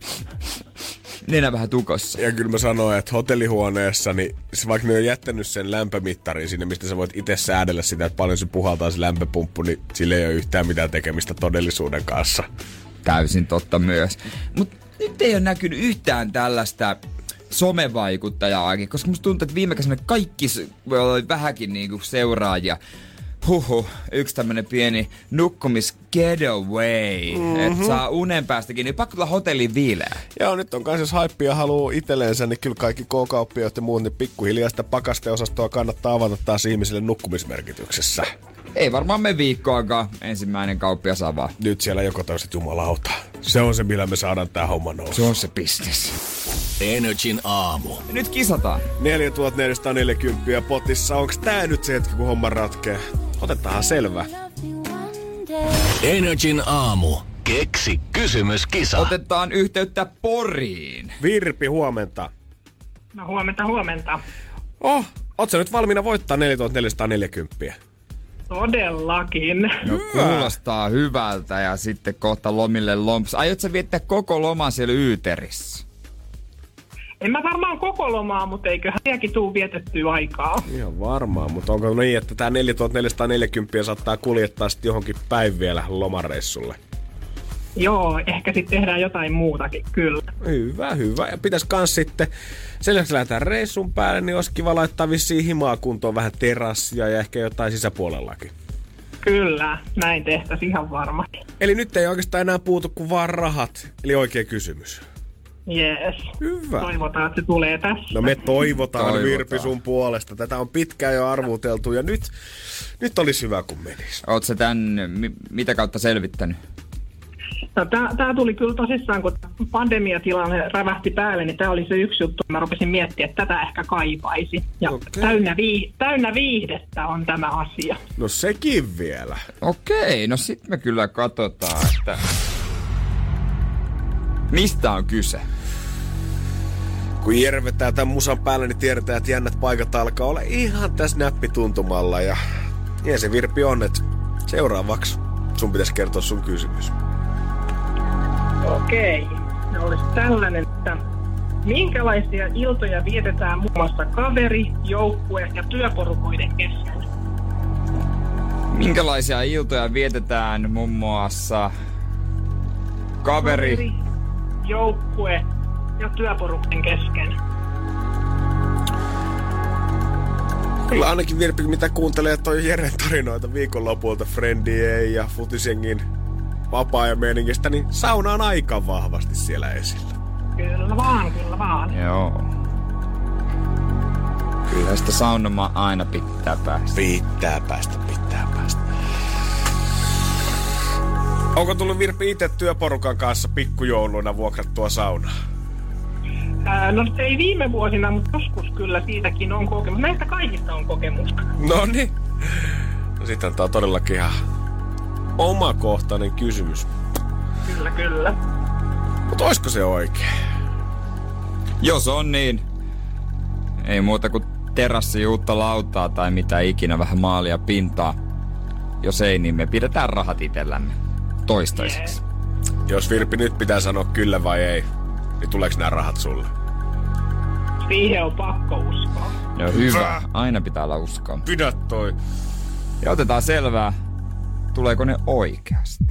nenä vähän tukossa. Ja kyllä mä sanoin, että hotellihuoneessa, niin vaikka ne on jättänyt sen lämpömittarin sinne, mistä sä voit itse säädellä sitä, että paljon se puhaltaa se lämpöpumppu, niin sillä ei ole yhtään mitään tekemistä todellisuuden kanssa. Täysin totta myös. Mutta nyt ei ole näkynyt yhtään tällaista somevaikuttajaakin, koska musta tuntuu, että viime käsinä kaikki oli vähänkin niinku seuraajia. Yksi tämmönen pieni nukkumis-getaway, että saa unen päästäkin, niin pakko tulla hotelliin viileä. Joo, nyt on kans, jos haippia haluaa itselleensä, niin kyllä kaikki K-kauppiot ja muut, niin pikkuhiljaa sitä pakasteosastoa kannattaa avata taas ihmisille nukkumismerkityksessä. Ei varmaan me viikkoakaan ensimmäinen kauppias avaa. Nyt siellä joko toiset jumalauta. Se on se, millä me saadaan tää homma nousu. Se on se bisnes. Energin aamu. Nyt kisataan. 4440 potissa. Onks tää nyt se hetki, kun homma ratkee? Otetaan selvää. Energin aamu. Keksi kysymyskisa. Otetaan yhteyttä Poriin. Virpi, huomenta. No huomenta. Oot sä nyt valmiina voittaa 4440? Todellakin. No kuulostaa hyvältä ja sitten kohta lomille lomps. Aiot sä viettää koko loman siellä Yyterissä? En mä varmaan koko lomaa, mutta eiköhän sielläkin tuu vietettyä aikaa. Ihan varmaan, mutta onko niin, että tää 4440 saattaa kuljettaa sitten johonkin päin vielä lomareissulle? Joo, ehkä sitten tehdään jotain muutakin, kyllä. Hyvä. Ja pitäis kans sitten, sen lisäksi lähdetään reissun päälle, niin olisi kiva laittaa vissiin himaa kuntoon vähän terassia ja ehkä jotain sisäpuolellakin. Kyllä, näin tehtäisiin ihan varmasti. Eli nyt ei oikeastaan enää puutu kuin vaan rahat, eli oikea kysymys. Jees. Hyvä. Toivotaan, että se tulee tässä. No me toivotaan. Virpi sun puolesta. Tätä on pitkään jo arvuteltu ja nyt olisi hyvä, kun menisi. Oot sä tän mitä kautta selvittänyt? No, tää tuli kyllä tosissaan, kun pandemiatilanne rävähti päälle, niin tää oli se yksi juttu. Mä rupesin miettimään, että tätä ehkä kaipaisi. Ja täynnä viihdettä on tämä asia. No sekin vielä. Okei, no sit me kyllä katsotaan, että mistä on kyse? Kun järvetään tämän musan päälle, niin tiedetään, että jännät paikat alkaa olla ihan tässä näppituntumalla. Ja se Virpi on, että seuraavaksi sun pitäisi kertoa sun kysymys. Okei. Ne olisi tällainen, että minkälaisia iltoja vietetään muun muassa kaveri, joukkue ja työporukoiden kesken? Minkälaisia iltoja vietetään muun muassa kaveri, joukkue ja työporukoiden kesken? Kyllä ainakin Virpi, mitä kuuntelee toi Jeren tarinoita viikonlopulta Friendien ja Futisengin vapaa-ajan meiningistä, niin sauna on aika vahvasti siellä esillä. Kyllä vaan. Joo. Kyllä sitä saunomaan aina pitää päästä. Pitää päästä. Onko tullut Virpi itse työporukan kanssa pikkujouluina vuokrattua saunaa? No ei viime vuosina, mutta joskus kyllä siitäkin on kokemus. Näistä kaikista on kokemusta. Noniin. No sitten tää on todellakin ihan omakohtainen kysymys. Kyllä. Mutta oisko se oikein? Jos on niin, ei muuta kuin terassi uutta lautaa tai mitä ikinä, vähän maalia pintaa. Jos ei, niin me pidetään rahat itsellämme. Toistaiseksi. Jos Virpi nyt pitää sanoa kyllä vai ei, niin tuleeko nämä rahat sulle? Siihen on pakko uskoa. No hyvä. Aina pitää olla uskoa. Pidä toi. Ja otetaan selvää, tuleeko ne oikeasti.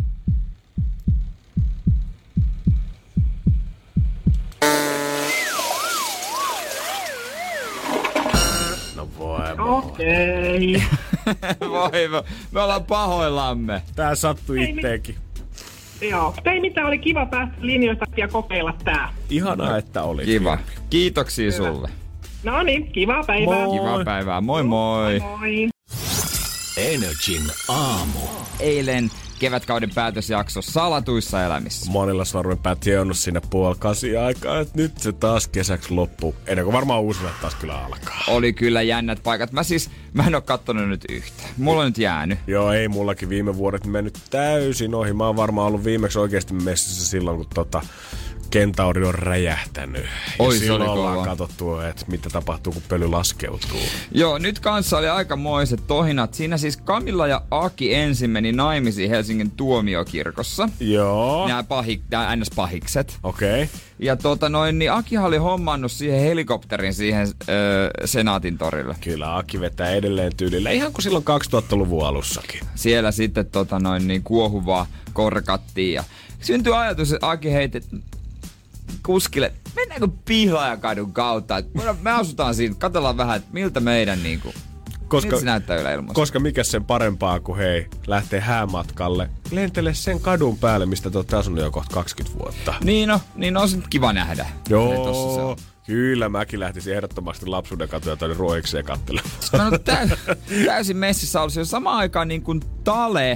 No voi. Okei. Voi, me ollaan pahoillamme. Tää sattui itteenkin. Joo, ei mitään, oli kiva päästä linjoista ja kokeilla tää. Ihanaa, että oli. Kiva. Kiitoksia hyvä. Sulle. No niin, kivaa päivää. Kivaa päivää, moi moi. Moi. Energin aamu. Eilen kevätkauden päätösjakso Salatuissa elämissä. Monilla Svarven päätti on siinä 7:30 aikaa, että nyt se taas kesäksi loppuu. Ennen kuin varmaan uusi taas kyllä alkaa. Oli kyllä jännät paikat. Mä en oo kattonut nyt yhtä. Mulla on nyt jäänyt. Joo, ei mullakin viime vuodet mennyt täysin ohi. Mä oon varmaan ollut viimeksi oikeasti messissä silloin, kun Kentauri on räjähtänyt. Oi, ja silloin ollaan katsottu, että mitä tapahtuu, kun pöly laskeutuu. Joo, nyt kanssa oli aikamoiset tohinat. Siinä siis Camilla ja Aki ensin meni naimisiin Helsingin tuomiokirkossa. Joo. Nämä NS-pahikset. Okei. Okay. Ja niin Akihan oli hommannut siihen helikopterin siihen Senaatin torille. Kyllä, Aki vetää edelleen tyylillä, ihan kuin silloin 2000-luvun alussakin. Siellä sitten kuohuvaa korkattiin ja syntyi ajatus, että Aki heitti kuskille, mennäänkö Pihlaajakadun kautta? Me asutaan siinä, katsellaan vähän, että miltä meidän miltä se näyttää yläilmassa. Koska mikä sen parempaa kuin lähtee häämatkalle, lentele sen kadun päälle, mistä te olette asunut jo kohta 20 vuotta. Niin on se kiva nähdä. Joo, kyllä mäkin lähtisin ehdottomasti lapsuuden katuja tai ruoikseen katselemaan. Mä oon täysin messissä ollut jo samaan aikaan niin kuin Tale,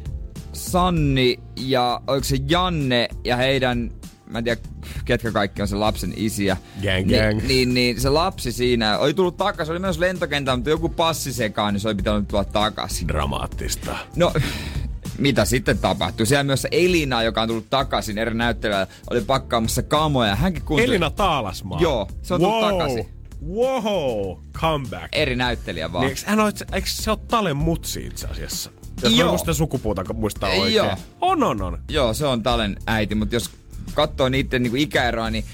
Sanni ja oliko se Janne ja heidän, mä en tiedä ketkä kaikki on se lapsen isiä. Gang. Niin se lapsi siinä oli tullut takaisin, oli myös lentokenttä, mutta joku passi sekaan, niin se oli pitänyt tulla takaisin. Dramaattista. No, mitä sitten tapahtui? Siellä myös Elina, joka on tullut takaisin eri näyttelijällä, oli pakkaamassa kamoja. Hänkin kuunteli. Elina Taalasmaa? Joo, se on tullut takaisin. Wow, comeback. Eri näyttelijä vaan. Niin, eikö se ole Talen mutsi itse asiassa? Jos mä muistan sukupuuta muistaa oikein. Joo. On. Joo, se on Talen äiti, mutta jos katsoo niiden ikäeroa, niin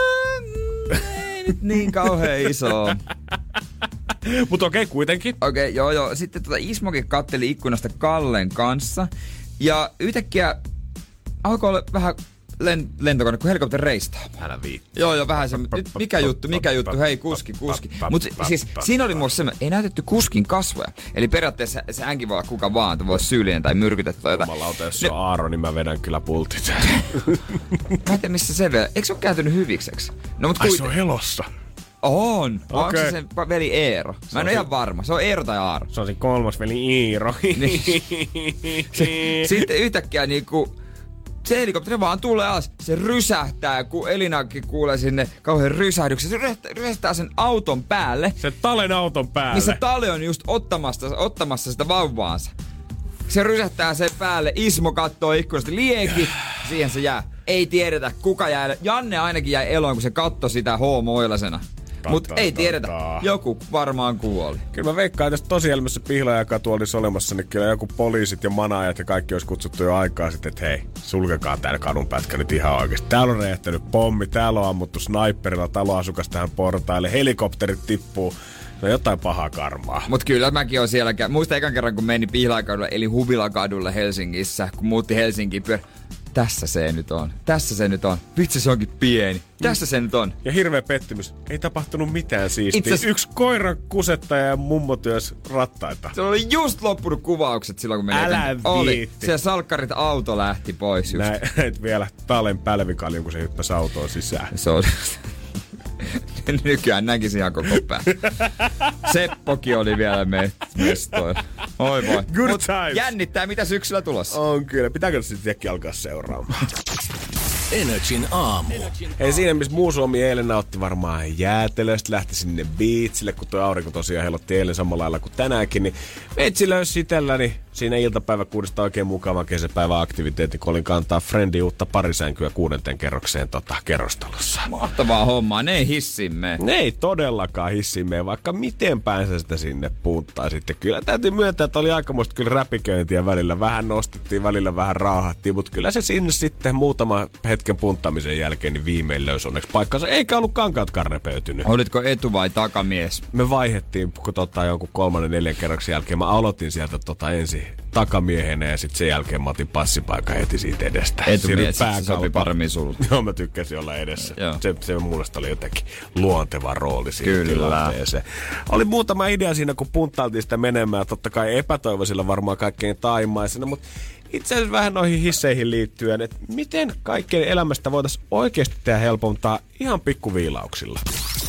ei nyt niin kauhean iso. Mutta okei, kuitenkin. Okei, joo. Sitten Ismokin katteli ikkunasta Kallen kanssa. Ja yhtäkkiä alkoi olla vähän lentokone, kun helikopteri reistaa. Älä viittaa. Joo, vähän se. Nyt mikä juttu? Hei, kuski. Mutta siis siinä oli musta semmoinen, ei näytetty kuskin kasvoja. Eli periaatteessa se hänkin voi olla kuka vaan, että voi olla syyllinen tai myrkytetty tai jotain. Jumalauta, jos se on Aaro, niin mä vedän kyllä pultit. Mä en tiedä, missä se vielä. Eikö se ole kääntynyt hyvikseksi? No, mutta se on elossa. On. Okay. Onko se sen veli Eero? Mä en ole ihan varma. Se on Eero tai Aaro. Se on se kolmas veli Iiro. Sitten yhtäkkiä se helikopteri vaan tulee alas. Se rysähtää, kun Elinakin kuulee sinne kauhean rysähdyksen. Se rysähtää sen auton päälle. Se Talen auton päälle. Missä Tale on just ottamassa sitä vauvaansa. Se rysähtää sen päälle. Ismo kattoo ikkunasta. Lieki. Siihen se jää. Ei tiedetä, kuka jää. Janne ainakin jäi eloon, kun se katsoi sitä hoomoilasena. Mutta ei tiedetä. Joku varmaan kuoli. Kyllä mä veikkaan, että jos tosielämässä pihlajakatua olisi olemassa, niin kyllä joku poliisit ja manaajat ja kaikki olisi kutsuttu jo aikaa sitten, että hei, sulkekaa tää kadunpätkä nyt ihan oikeesti. Täällä on räjähtänyt pommi, täällä on ammuttu sniperilla taloasukas tähän portaille, helikopterit tippuu. No jotain pahaa karmaa. Mut kyllä mäkin oon siellä. Muista ekan kerran, kun meni Pihlajakadulle, eli Huvilakadulle Helsingissä, kun muutti Helsinkiin Tässä se nyt on. Tässä se nyt on. Vitsi, se onkin pieni. Tässä se nyt on. Ja hirveä pettymys. Ei tapahtunut mitään siistiä. Yksi koiran kusettaja ja mummo työs rattaita. Se oli just loppunut kuvaukset silloin, kun meni. Älä oli. Siellä salkkarit auto lähti pois just. Näet vielä Talen pälvikaljun, kun se hyppäsi autoon sisään. Se on... Nykyään näkisi ihan koko pää. Seppokin oli vielä mestoilla. Oi voi. Good times. Jännittää, mitä syksyllä tulossa. On kyllä. Pitääkö sitten alkaa seuraamaan? Energin aamu. Hei, siinä missä muu Suomi eilen nautti varmaan jäätelöstä, lähti sinne biitsille, kun tuo aurinko tosiaan helotti eilen samalla lailla kuin tänäänkin, niin veitsi löysi itselläni siinä iltapäiväkuudesta oikein mukavan kesäpäiväaktiviteetin, kun olin kantaa Friendin uutta parisänkyä 6. kerrokseen kerrostalossa. Mahtavaa hommaa, ne ei hissiin mene. Ne ei todellakaan hissiin mene, vaikka miten päin sä sitä sinne puuttaa sitten. Kyllä täytyy myöntää, että oli aikamoista kyllä räpiköintiä välillä. Vähän nostettiin, välillä vähän raahattiin, mutta kyllä se sinne sitten muutama hetken punttamisen jälkeen niin viimein löysi onneksi paikkansa. Eikä ollut kankaat karnepöytynyt. Olitko etu- vai takamies? Me vaihdettiin jonkun 3. 4. kerroksen jälkeen. Mä aloitin sieltä ensin takamiehenä ja sitten sen jälkeen mä otin passipaikan heti siitä edestä. Etumies, se sopi paremmin sulle. Joo, mä tykkäsin olla edessä. Se mulle oli jotenkin luonteva rooli siinä tilanteeseen. Oli muutama idea siinä, kun punttailtiin sitä menemään. Totta kai epätoivoisilla varmaan kaikkein taimaisena, mutta itse asiassa vähän noihin hisseihin liittyen, että miten kaikkien elämästä voitaisiin oikeasti tehdä helpompaa ihan pikkuviilauksilla.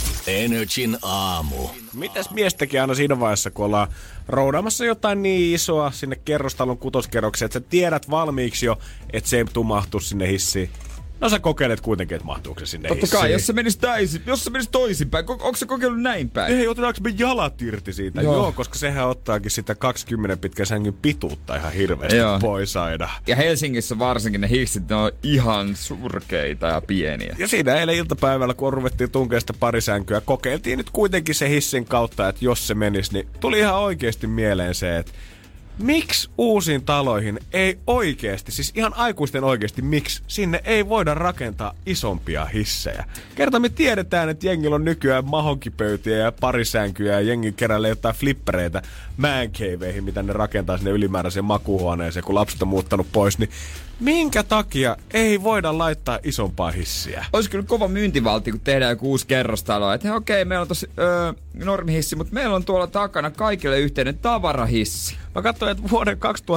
Energin aamu. Mitäs miestäkin aina siinä vaiheessa, kun ollaan roudaamassa jotain niin isoa sinne kerrostalon kutoskerrokseen, että sä tiedät valmiiksi jo, että se ei mahtu sinne hissiin. No sä kokeilet kuitenkin, että mahtuuko se sinne hissiin. Totta kai, jos se menisi toisinpäin. Onko se kokeillut näin päin? Ei, otetaanko me jalat irti siitä? Joo, koska sehän ottaakin sitä 20 pitkän sängyn pituutta ihan hirveästi pois aina. Ja Helsingissä varsinkin ne hissit, ne on ihan surkeita ja pieniä. Ja siinä eilen iltapäivällä, kun ruvettiin tunkea sitä parisänkyä, kokeiltiin nyt kuitenkin se hissin kautta, että jos se menisi, niin tuli ihan oikeasti mieleen se, että miksi uusiin taloihin ei oikeasti, siis ihan aikuisten oikeasti, miksi sinne ei voida rakentaa isompia hissejä? Kerta me tiedetään, että jengillä on nykyään mahonkipöytiä ja parisänkyjä ja jengi keräilee jotain flippereitä mancaveihin, mitä ne rakentaa sinne ylimääräiseen makuuhuoneeseen, kun lapset on muuttanut pois, niin minkä takia ei voida laittaa isompaa hissiä? Olisi kyllä kova myyntivalti, kun tehdään joku uusi kerrostalo. Että okei, meillä on tosi normihissi, mutta meillä on tuolla takana kaikille yhteinen tavarahissi. Mä katsoin, että vuoden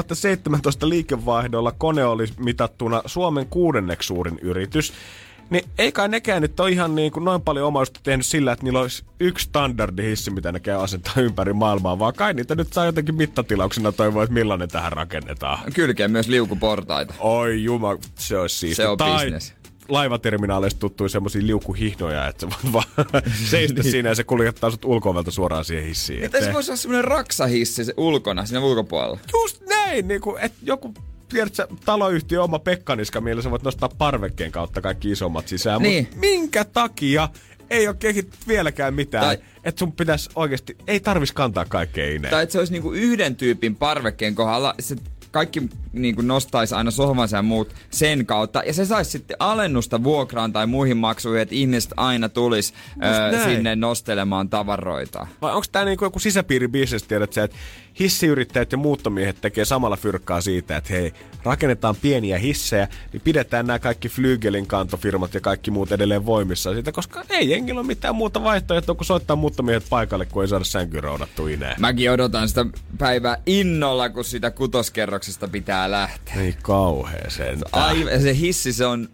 2017 liikevaihdolla kone oli mitattuna Suomen 6. suurin yritys. Niin ei kai nekään nyt ole ihan niin kuin noin paljon omaisuutta tehnyt sillä, että niillä olisi yksi standardihissi, mitä ne käy asentaa ympäri maailmaa, vaan kai niitä nyt saa jotenkin mittatilauksena toivoa, että millainen tähän rakennetaan. Kylkeen myös liukuportaita. Oi juma, se olisi siisti. Se on business. Laivaterminaaleista tuttui semmosia liukuhihnoja, että sä voit vaan seistä siinä ja se kuljettaa sut ulko-ovelta suoraan siihen hissiin. Tässä voisi olla semmoinen raksahissi se ulkona, siinä ulkopuolella. Just näin, niinku, että joku... Tiedätkö, taloyhtiö oma Pekkaniska, millä sä voit nostaa parvekkeen kautta kaikki isommat sisään. Niin. Mutta minkä takia ei ole kehitetty vieläkään mitään, että sun pitäisi oikeasti, ei tarvis kantaa kaikkea ineen. Tai että se olisi niinku yhden tyypin parvekkeen kohdalla, se kaikki niinku nostaisi aina sohvansa ja muut sen kautta. Ja se saisi sitten alennusta vuokraan tai muihin maksuihin, että ihmiset aina tulisi sinne nostelemaan tavaroita. Vai onko tää niinku joku sisäpiiribisnes, tiedät sä, että hissiyrittäjät ja muuttomiehet tekee samalla fyrkkaa siitä, että hei, rakennetaan pieniä hissejä, niin pidetään nämä kaikki Flygelin kantofirmat ja kaikki muut edelleen voimissaan siitä, koska ei jengillä ole mitään muuta vaihtoehtoa kuin soittaa muuttomiehet paikalle, kun ei saada sänkyyn roudattua ineen. Mäkin odotan sitä päivää innolla, kun sitä kutoskerroksesta pitää lähteä. Ei kauhea sentään. Se hissi, se on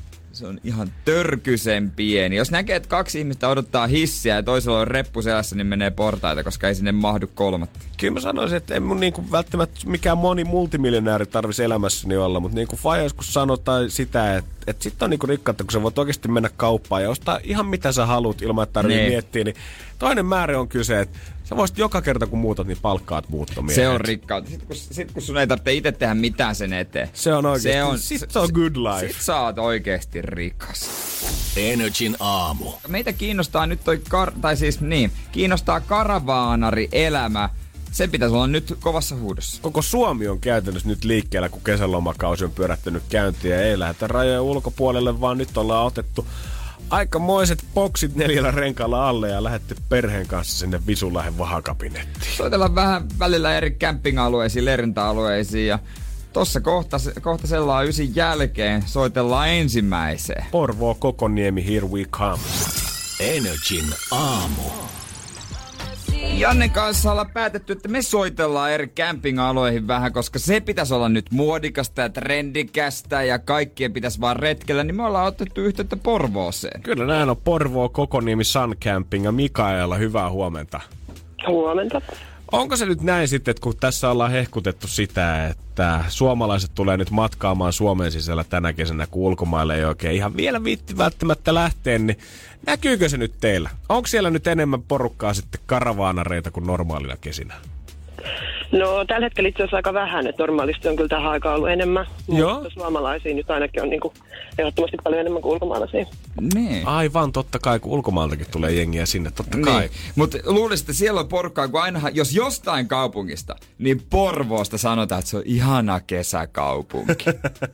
ihan törkysen pieni. Jos näkee, että 2 ihmistä odottaa hissiä ja toisella on reppu selässä, niin menee portaita, koska ei sinne mahdu 3. Kyllä mä sanoisin, että ei mun niinku välttämättä mikään moni multimiljonääri tarvitsisi elämässäni olla, mutta niinku Faija joskus sanotaan sitä, että sit on niinku rikkautta, kun sä voit oikeasti mennä kauppaan ja ostaa ihan mitä sä haluat ilman, että tarvitsee miettiä, niin toinen määrä on kyse, että Sä voisit joka kerta kun muutat, niin palkkaat muuttomiehet. Se on rikkautta. Sitten kun sun ei tarvitse itse tehdä mitään sen eteen. Se on oikeesti. Se on good life. Sit sä oot oikeesti rikas. Energin aamu. Meitä kiinnostaa nyt kiinnostaa karavaanari-elämä. Sen pitäisi olla nyt kovassa huudossa. Koko Suomi on käytännössä nyt liikkeellä, kun kesälomakausi on pyörähtänyt käyntiä. Ei lähdetä rajojen ulkopuolelle, vaan nyt ollaan otettu aikamoiset boksit 4 renkaalla alle ja lähdette perheen kanssa sinne Visulahden vahakabinettiin. Soitellaan vähän välillä eri camping-alueisiin, leirintäalueisiin ja tossa kohta sellaan 9 jälkeen soitellaan ensimmäiseen. Porvoo, Kokoniemi, here we come. Energin aamu. Jannen kanssa ollaan päätetty, että me soitellaan eri camping-alueihin vähän, koska se pitäisi olla nyt muodikasta ja trendikästä ja kaikkien pitäisi vaan retkellä, niin me ollaan otettu yhteyttä Porvooseen. Kyllä näin on Porvoo, Kokoniemi, Sun Camping ja Mikaela, hyvää huomenta. Huomenta. Onko se nyt näin sitten, että kun tässä ollaan hehkutettu sitä, että suomalaiset tulee nyt matkaamaan Suomen sisällä tänä kesänä, kun ulkomaille ei oikein ihan vielä viitti välttämättä lähteä, niin näkyykö se nyt teillä? Onko siellä nyt enemmän porukkaa sitten karavaanareita kuin normaalina kesinä? No tällä hetkellä itse asiassa aika vähän, että normaalisti on kyllä tähän aikaan ollut enemmän. Joo. Mutta suomalaisia nyt ainakin on niinku ehdottomasti paljon enemmän kuin ulkomaalaisia. Niin. Aivan, totta kai, kun ulkomaaltakin tulee jengiä sinne, totta kai. Niin. Mutta luulisin, että siellä on porukkaa, kun aina, jos jostain kaupungista, niin Porvoosta sanotaan, että se on ihana kesäkaupunki.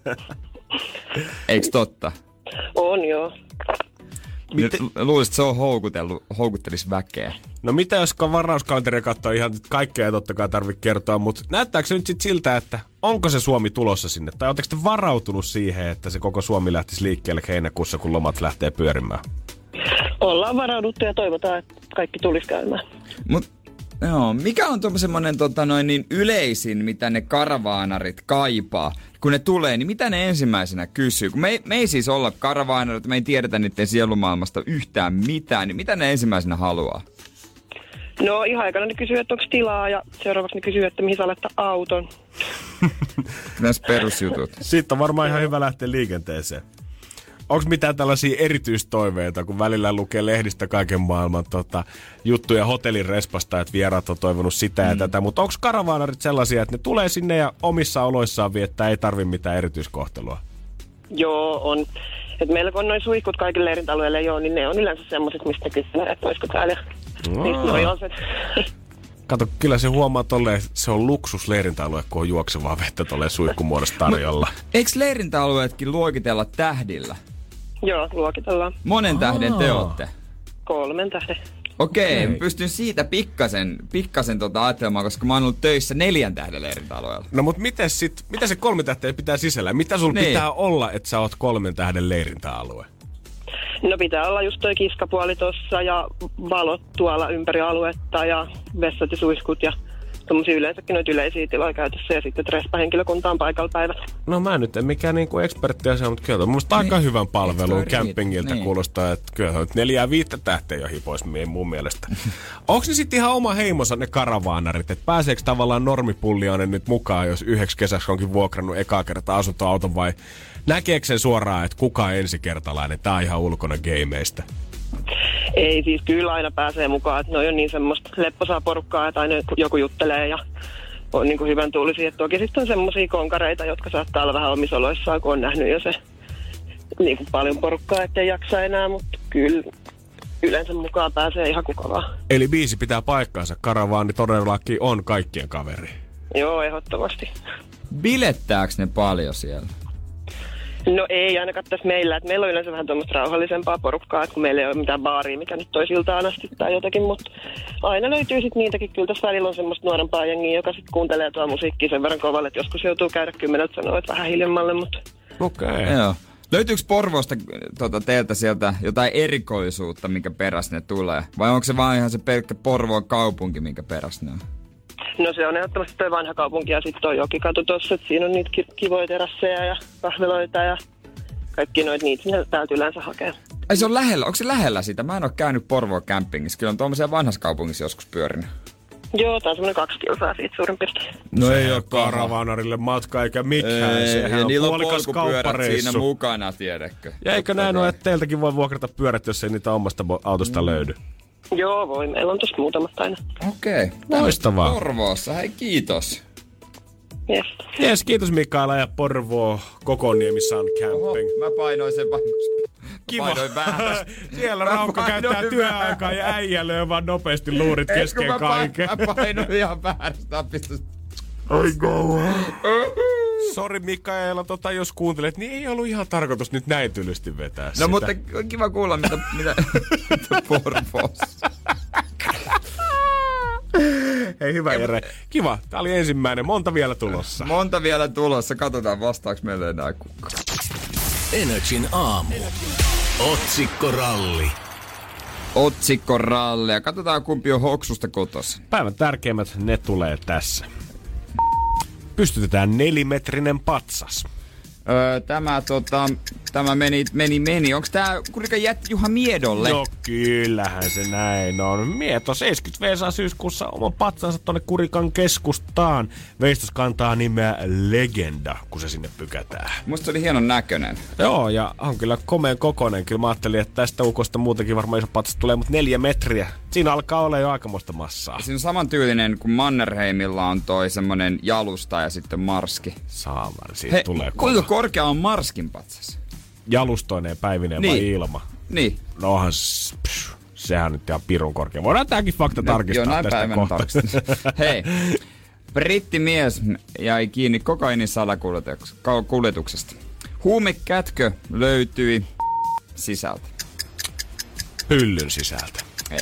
Eiks totta? On, joo. Luulisit, että se on houkuttelis väkeä. No mitä jos varauskalenteria katsoo, ihan kaikkea ei totta kai tarvitse kertoa, mutta näyttääkö se nyt sit siltä, että onko se Suomi tulossa sinne? Tai oletteko te varautunut siihen, että se koko Suomi lähtisi liikkeelle heinäkuussa, kun lomat lähtee pyörimään? Ollaan varauduttu ja toivotaan, että kaikki tulisi käymään. Joo, mikä on semmoinen niin yleisin, mitä ne karavaanarit kaipaa? Kun ne tulee, niin mitä ne ensimmäisenä kysyy? Kun me ei siis olla karavaanarit, me ei tiedetä niiden sielumaailmasta yhtään mitään, niin mitä ne ensimmäisenä haluaa? No ihan aikana ne kysyy, että onko tilaa ja seuraavaksi ne kysyy, että mihin saa laittaa auton. Näissä perusjutut. Siitä on varmaan ihan hyvä lähteä liikenteeseen. Onko mitään tällaisia erityistoiveita, kun välillä lukee lehdistä kaiken maailman juttuja hotellin respasta, että vieraat on toivonut sitä ja tätä, mutta onko karavaanarit sellaisia, että ne tulee sinne ja omissa oloissaan viettää, ei tarvi mitään erityiskohtelua? Joo, on. Et meillä kun on noin suihkut kaikille leirintäalueille joo, niin ne on yleensä semmoiset, mistä kysytään, että olisiko täällä. Kato, kyllä se huomaa tolleen, se on luksusleirintäalue, kun on juoksevaa vettä tolleen suihkumuodossa tarjolla. Eikö leirintäalueetkin luokitella tähdillä? Joo, luokitellaan. Monen tähden te ootte? 3 tähden. Okei, pystyn siitä pikkasen ajattelemaan, koska mä oon ollut töissä 4 tähden leirintäalueella. No mut mitä se 3 tähteä pitää sisällä? Mitä sulla pitää olla, että sä oot 3 tähden leirintäalue? No pitää olla just toi kiskapuoli tossa ja valot tuolla ympäri aluetta ja vessat ja suihkut ja tommosia yleensäkin noita yleisiä tiloja käytössä ja sitten respahenkilökunta on paikalla päivät. No mä nyt en mikään niinku ekspertti asia, mutta kyllä mun aika hyvän palvelun campingiltä kuulostaa, että kyllä on 4-5 tähteä jo hipois mun mielestä. Onks ne sitten ihan oma heimonsa ne karavaanarit, että pääseekö tavallaan normipulliainen nyt mukaan, jos 9 kesäksi onkin vuokrannut ekaa kertaa asuntoauton vai näkeekö sen suoraan, että kuka ensikertalainen? Tää on ihan ulkona gameista. Ei, siis kyllä aina pääsee mukaan, että noi on niin semmoista lepposaa porukkaa, että aina joku juttelee ja on niin kuin hyvän tuulisia. Toki sitten on semmosia konkareita, jotka saattaa olla vähän omissa oloissaan, kun on nähnyt jo se niin kuin paljon porukkaa, ettei jaksa enää, mutta kyllä yleensä mukaan pääsee ihan kuka vaan. Eli biisi pitää paikkaansa, karavaani todellakin on kaikkien kaveri. Joo, ehdottomasti. Bilettääkö ne paljon siellä? No ei ainakaan tässä meillä, että meillä on yleensä vähän tuommoista rauhallisempaa porukkaa, että kun meillä ei ole mitään baaria, mikä nyt toisi iltaan asti tai jotakin, mutta aina löytyy sitten niitäkin. Kyllä tässä välillä on semmoista nuorempaa jengiä, joka sitten kuuntelee tuo musiikkia sen verran kovalle, että joskus joutuu käydä 10 sanoa, että vähän hiljemmalle, mutta... Okei. Joo. Löytyykö Porvoosta teiltä sieltä jotain erikoisuutta, minkä perässä ne tulee? Vai onko se vaan ihan se pelkkä Porvoon kaupunki, minkä perässä ne on? No se on ehdottomasti toi vanha kaupunki ja sitten toi jokikatu tossa, että siinä on niitä kivoja terasseja ja kahveloita ja kaikki noita niitä täältä yleensä hakee. Ai se on lähellä, onko se lähellä sitä? Mä en ole käynyt Porvoon campingissa, kyllä on tuommoisia vanhassa kaupungissa joskus pyörinyt. Joo, tää on semmonen 2 kilsaa siitä suurin piirtein. No ei oo karavaanarille matka eikä mikään, sehän on puolikas kauppareissu. Siinä mukana, tiedätkö? Ja eikö näin ole, että teiltäkin voi vuokrata pyörät, jos ei niitä omasta autosta löydy? Joo, voi. Meillä on tossa muutamat aina. Okei. Loistavaa. Porvoossa. Hei, kiitos. Yes, kiitos Mikaela ja Porvoo Kokoniemi Sun Camping. Mä painoin sen painoin vähän. Siellä Raukka käyttää työaikaa ja äijä löö vaan nopeasti luurit kesken kaiken. Mä painoin ihan väärästä. Ai kauan. Sori Mikaela, jos kuuntelet, niin ei ollut ihan tarkoitus nyt näin tylysti vetää sitä. No mutta kiva kuulla, mitä Porvoossa. Hei hyvä Jere. Kiva. Tää oli ensimmäinen. Monta vielä tulossa. Katsotaan vastaaks meille enää kukaan. Energin aamu. Otsikkoralli. Ja katsotaan kumpi on hoksusta kotossa. Päivän tärkeimmät, ne tulee tässä. Pystytetään 4-metrinen patsas. Tämä meni. Onks tää kurika Juha Miedolle? No kyllähän se näin on. Mieto 70V saa syyskuussa oman patsansa tonne Kurikan keskustaan. Veistos kantaa nimeä Legenda, kun se sinne pykätään. Musta se oli hienon näköinen. Joo, ja on kyllä komeen kokoinen. Kyllä mä ajattelin, että tästä ukosta muutenkin varmaan iso patsas tulee, mutta 4 metriä. Siinä alkaa olla jo aikamoista massaa. Siinä on samantyylinen kuin Mannerheimilla on toi semmonen jalusta ja sitten marski. Saavan, siitä tulee kuinka korkea on marskin patsas? Jalustoineen, päivineen vai ilma? Niin. No onhan, sehän nyt ihan pirun korkea. Voidaan tääkin fakta tarkistaa näin tästä kohta. Hei, brittimies jäi kiinni kokainin salakuljetuksesta. Huumekätkö löytyi sisältä. Hyllyn sisältä. Ei.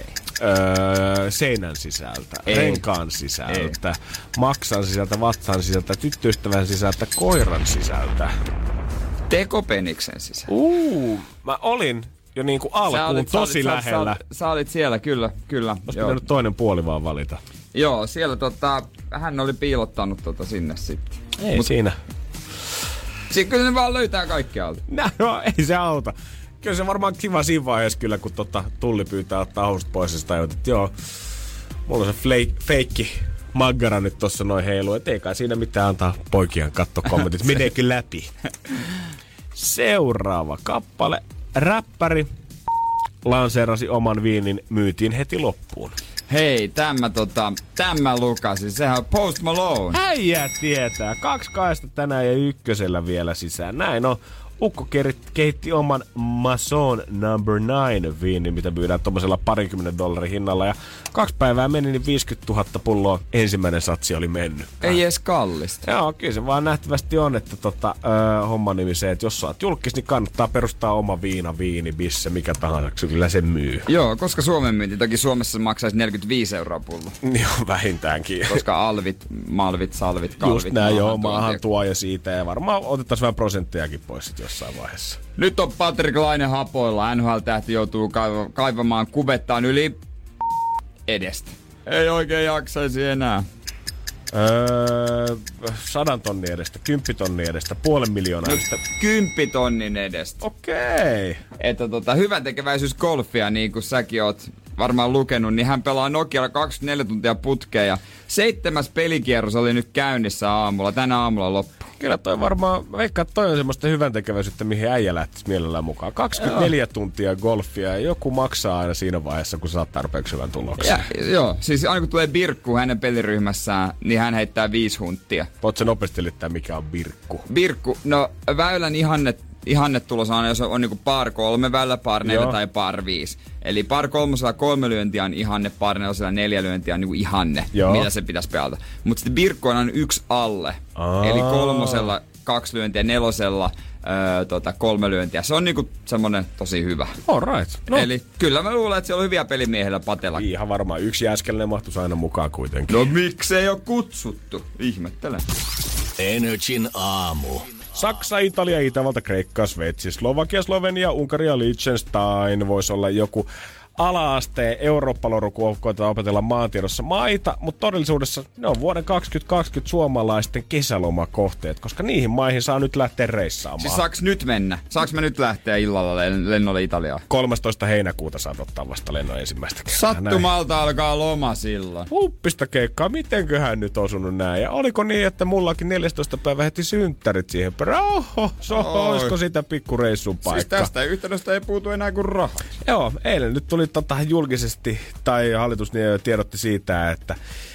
Seinän sisältä, Ei. renkaan sisältä, maksan sisältä, vatsan sisältä, tyttöystävän sisältä, koiran sisältä. Tekopeniksen sisältä. Mä olin jo niinku alkuun tosi lähellä. Sä olit siellä, kyllä. Olisi pitänyt toinen puoli vaan valita. Joo, siellä hän oli piilottanut sinne sitten. Ei siinä. Kyllä ne vaan löytää kaikkialta. No, ei se auta. Kyllä se varmaan kiva siinä vaiheessa kyllä, kun tulli pyytää ottaa housut pois ja sitä tajut, että joo, mulla on se feikki maggara nyt tossa noin heilu, et ei kai siinä mitään antaa poikien kattokommentit, meneekö läpi. Seuraava kappale. Räppäri lanseerasi oman viinin, myytiin heti loppuun. Hei, tämä lukasin. Sehän on Post Malone. Äijä tietää. 2 kaista tänään ja 1 vielä sisään. Näin on. Ukko kehitti oman Mason No. 9 viinin, mitä myydään tommosella $20 hinnalla. Ja 2 päivää meni, niin 50 000 pulloa ensimmäinen satsi oli mennyt. Ei edes kallista. Joo, kyllä se vaan nähtävästi on, että homman nimi se, että jos sä oot julkis, niin kannattaa perustaa oma viini, bisse, mikä tahansa, kyllä se myy. Joo, koska Suomen myynti, toki Suomessa maksaisi 45 € pullo. Joo, vähintäänkin. Koska alvit, malvit, salvit, kalvit. Just näin, joo, maahan tuo ja siitä, ja varmaan otettaisiin vähän prosenttejakin pois sit jossain vaiheessa. Nyt on Patrik Laine hapoilla. NHL-tähti joutuu kaivamaan kuvettaan yli edestä. Ei oikein jaksaisi enää. 100 000 edestä, 10 000 edestä, 500 000 edestä. 10 000 edestä. Okei. Että hyväntekeväisyys golfia, niin kuin säkin oot varmaan lukenut, niin hän pelaa Nokialla 24 tuntia putkeen ja 7. pelikierros oli nyt käynnissä aamulla, tänä aamulla loppu. Kyllä toi varmaan, veikkaa, että toi on semmoista hyväntekeväisyyttä, mihin äijä lähtisi mielellään mukaan. 24 tuntia golfia ja joku maksaa aina siinä vaiheessa, kun saat tarpeeksi hyvän tuloksen. Joo, siis aina kun tulee Birkku hänen peliryhmässään, niin hän heittää 5 hunttia. Voitko nopeasti selittää, mikä on Birkku? Birkku, no väylän ihannetulos on, jos on niinku par 3 väylä, par 4 tai par 5. Eli par 3 3 lyöntiä on ihanne, par 4 lyöntiä on niinku ihanne, mitä se pitäisi pelata. Mutta sitten Birkku on 1 alle. Eli 3 2 lyöntiä, 4 3 lyöntiä. Se on niinku semmonen tosi hyvä. Alright. No. Eli kyllä mä luulen, että siellä on hyviä pelimiehillä patella. Ihan varmaan. 1 jääskelinen mahtuisi aina mukaan kuitenkin. No miksei oo kutsuttu? Ihmettelen. Energin aamu. Saksa, Italia, Itävalta, Kreikka, Sveitsi, Slovakia, Slovenia, Unkari ja Liechtenstein voisi olla joku ala-asteen Eurooppa-loru, kun koetaan opetella maantiedossa maita, mutta todellisuudessa ne on vuoden 2020 suomalaisten kesälomakohteet, koska niihin maihin saa nyt lähteä reissaamaan. Siis saaks nyt mennä? Saaks me nyt lähteä illalla lennolle Italiaan? 13. heinäkuuta saat ottaa vasta lennon ensimmäistä kertaa. Sattumalta alkaa loma silloin. Huppista keikkaa, mitenköhän nyt osunut näin? Ja oliko niin, että mullakin 14. päivä heti synttärit siihen perään? Olisiko sitä pikkureissun paikka? Siis tästä yhteydessä ei puutu enää kuin rahat. Joo, eilen nyt tuli nyt julkisesti, tai hallitus tiedotti siitä, että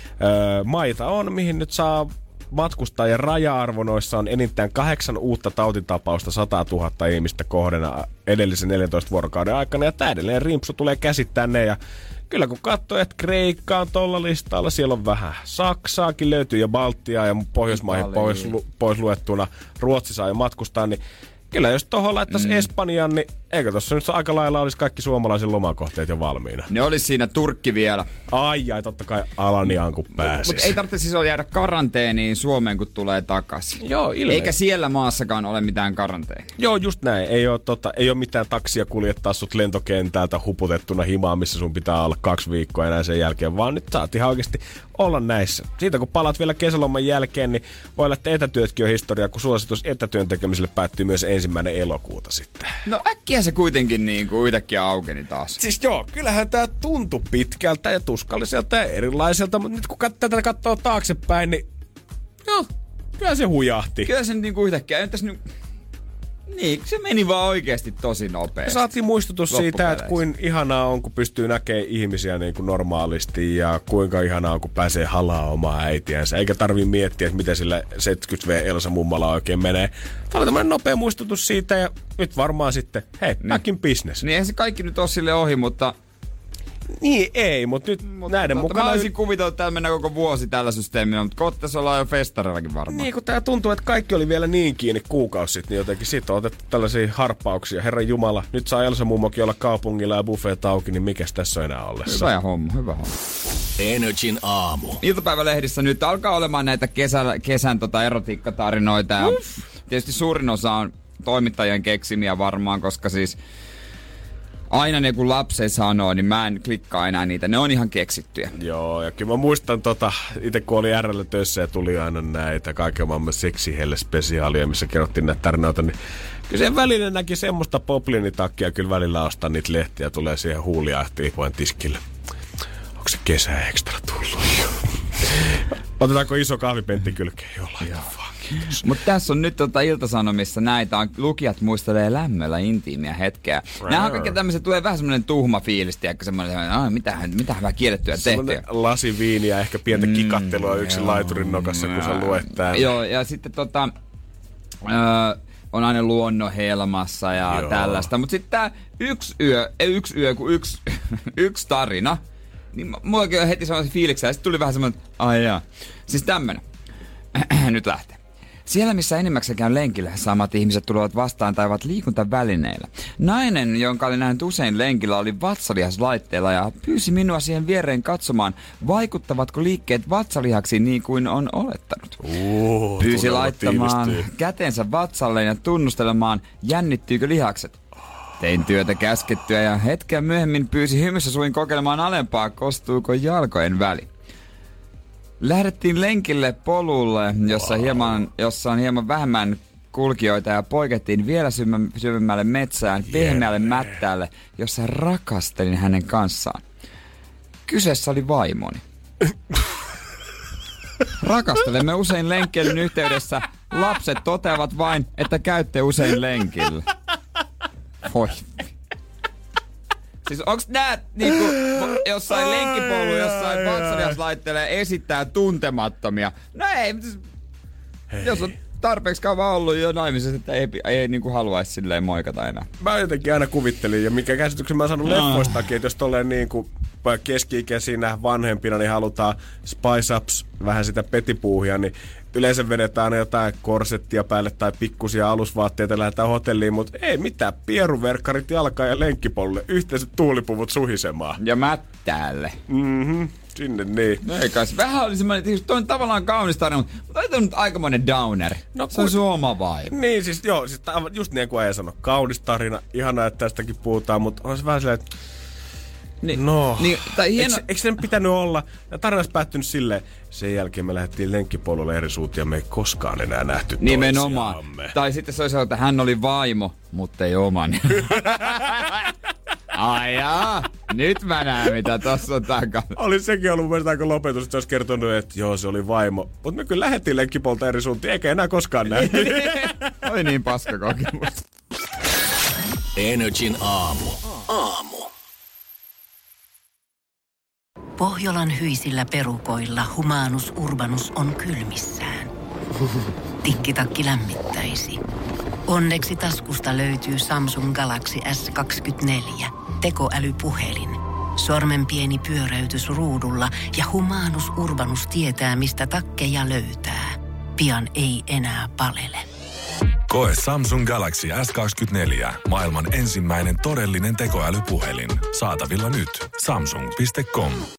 maita on, mihin nyt saa matkustaa, ja raja-arvo noissa on enintään 8 uutta tautitapausta 100 000 ihmistä kohdena edellisen 14 vuorokauden aikana, ja tämä edelleen rimpsu tulee käsittää ne, ja kyllä kun katsoo, että Kreikka on tuolla listalla, siellä on vähän Saksaakin löytyy ja Baltiaa ja Pohjoismaihin pois luettuna Ruotsi saa jo matkustaa, niin kyllä jos tohon laittaisi Espanjan, niin eikö tossa nyt aika lailla olisi kaikki suomalaisen lomakohteet jo valmiina? Ne olisi siinä Turkki vielä. Ai, totta kai Alaniaan kun pääsis. Mutta ei tarvitse siis jäädä karanteeniin Suomeen, kun tulee takaisin. Joo, ilmeisesti. Eikä siellä maassakaan ole mitään karanteenia. Joo, just näin. Ei ole mitään taksia kuljettaa sut lentokentältä huputettuna himaan, missä sun pitää olla 2 viikkoa enää sen jälkeen, vaan nyt saat ihan oikeasti olla näissä. Siitä kun palaat vielä kesäloman jälkeen, niin voi olla, että etätyötkin on historiaa, kun suositus etätyön tekemiselle päättyy myös 1. elokuuta sitten. No äkkiä se kuitenkin niinku yhtäkkiä aukeni taas. Siis joo, kyllähän tää tuntui pitkältä ja tuskalliselta ja erilaiselta, mutta nyt kun tätä katsoo taaksepäin, niin joo, kyllä se hujahti. Kyllä se niinku yhtäkkiä, entäs nyt... Niin, se meni vaan oikeesti tosi nopeasti. Saatiin muistutus siitä, että kuin ihanaa on, kun pystyy näkemään ihmisiä niin kuin normaalisti ja kuinka ihanaa on, kun pääsee halaa omaa äitiänsä. Eikä tarvii miettiä, että miten sillä 70V Elsa mummalla oikein menee. Tämä oli tämmöinen nopea muistutus siitä ja nyt varmaan sitten, hei, back in business. Niin eihän se kaikki nyt ole sille ohi, mutta... Niin ei, mutta nyt näiden mukana... Mä olisin kuvitellut, että täällä mennään koko vuosi tällä systeemillä, mutta kohta ollaan jo festareillakin varmaan. Niin, kun tää tuntuu, että kaikki oli vielä niin kiinni kuukausi sitten, niin jotenkin siitä on otettu tällaisia harppauksia. Herran Jumala, nyt saa Elsa mummokin olla kaupungilla ja buffet auki, niin mikäs tässä on enää ollessa? Hyvä homma. Energin aamu. Iltapäivälehdissä nyt alkaa olemaan näitä kesän erotiikkatarinoita ja tietysti suurin osa on toimittajien keksimiä varmaan, koska siis... Aina ne kun lapsi sanoo, niin mä en klikkaa enää niitä. Ne on ihan keksittyjä. Joo, ja kyllä mä muistan itse kun oli RL töissä ja tuli aina näitä kaiken maailman seksihelle-spesiaalia, missä kerrottiin näitä tarinoita, niin kyllä sen välillä näki semmoista poplinitakkia kyllä välillä ostaa niitä lehtiä ja tulee siihen huuliahtiin poen tiskille. Onko se kesä ekstra tullut? Otetaanko iso kahvipentti kylkeen? Joo, laita vaan. Mutta tässä on nyt Ilta-Sanomissa näitä lukijat muistelee lämmöllä intiimiä hetkeä. Nämä on kaikki tämmöiset, tulee vähän semmoinen tuhma fiilis, tiedätkö, semmoinen, mitä hyvää kiellettyä tehtyä. Lasi viiniä, ehkä pientä kikattelua yksin laiturin nokassa, kun sä luet täällä. Joo, ja sitten on aina luonnonhelmassa ja tällaista. Mutta sitten tää yksi tarina, niin mullakin on heti sellaisia fiiliksiä, ja sitten tuli vähän semmoinen, siis tämmönen. Nyt lähtee. Siellä, missä enimmäkseen lenkillä, samat ihmiset tulevat vastaan tai ovat liikuntavälineillä. Nainen, jonka oli nähnyt usein lenkillä, oli vatsalihaslaitteella ja pyysi minua siihen viereen katsomaan, vaikuttavatko liikkeet vatsalihaksiin niin kuin on olettanut. Pyysi laittamaan kätensä vatsalleen ja tunnustelemaan, jännittyykö lihakset. Tein työtä käskettyä ja hetken myöhemmin pyysi hymyssä suin kokeilemaan alempaa, kostuuko jalkojen väli. Lähdettiin lenkille polulle, jossa on hieman vähemmän kulkijoita ja poikettiin vielä syvemmälle metsään, pehmeälle mättäälle, jossa rakastelin hänen kanssaan. Kyseessä oli vaimoni. Rakastelemme usein lenkkeilyn yhteydessä. Lapset toteavat vain, että käytte usein lenkillä. Voi. Siis onks nää niinku jossain lenkkipolu, jossain vatsalihaslaittelee esittää tuntemattomia? No ei, jos on tarpeeksi kauan ollut jo naimisessa, että ei niinku haluaisi silleen moikata enää. Mä jotenkin aina kuvittelin, ja mikä käsityksen mä oon saanut leffoistakin, että jos tolleen niinku keski-ikäisinä vanhempina, niin halutaan spice ups, vähän sitä petipuuhia, niin yleensä vedetään aina jotain korsettia päälle tai pikkusia alusvaatteita, lähdetään hotelliin, mutta ei mitään, pieruverkkarit jalkaan ja lenkkipolulle, yhteiset tuulipuvut suhisemaan. Ja mättäälle. Sinne niin. No ei kai, vähän oli semmoinen, että toi on tavallaan kaunis tarina, mutta toi on nyt aikamoinen downer. No, se on sun oma vibe. Niin siis joo, siis just niin kuin ei sano, kaunis tarina, ihanaa, että tästäkin puhutaan, mutta on se vähän silleen, että eikö sen pitänyt olla? Ja tarinassa päättynyt silleen, sen jälkeen me lähdettiin lenkkipolulle eri suuntiin ja me ei koskaan enää nähty nimenomaan. toisiamme. Tai sitten se olisi ollut, että hän oli vaimo, mutta ei oman. Ai jaa, nyt mä näen mitä tossa on takana. Olisi sekin ollut mun mielestä aika lopetus, että se olisi kertonut, että joo, se oli vaimo. Mutta me kyllä lähdettiin lenkkipolta eri suuntiin, eikä enää koskaan nähty. Oli niin paska kokemus. Energin aamu. Pohjolan hyisillä perukoilla Humanus Urbanus on kylmissään. Tikkitakki lämmittäisi. Onneksi taskusta löytyy Samsung Galaxy S24. Tekoälypuhelin. Sormen pieni pyöräytys ruudulla ja Humanus Urbanus tietää, mistä takkeja löytää. Pian ei enää palele. Koe Samsung Galaxy S24. Maailman ensimmäinen todellinen tekoälypuhelin. Saatavilla nyt. Samsung.com.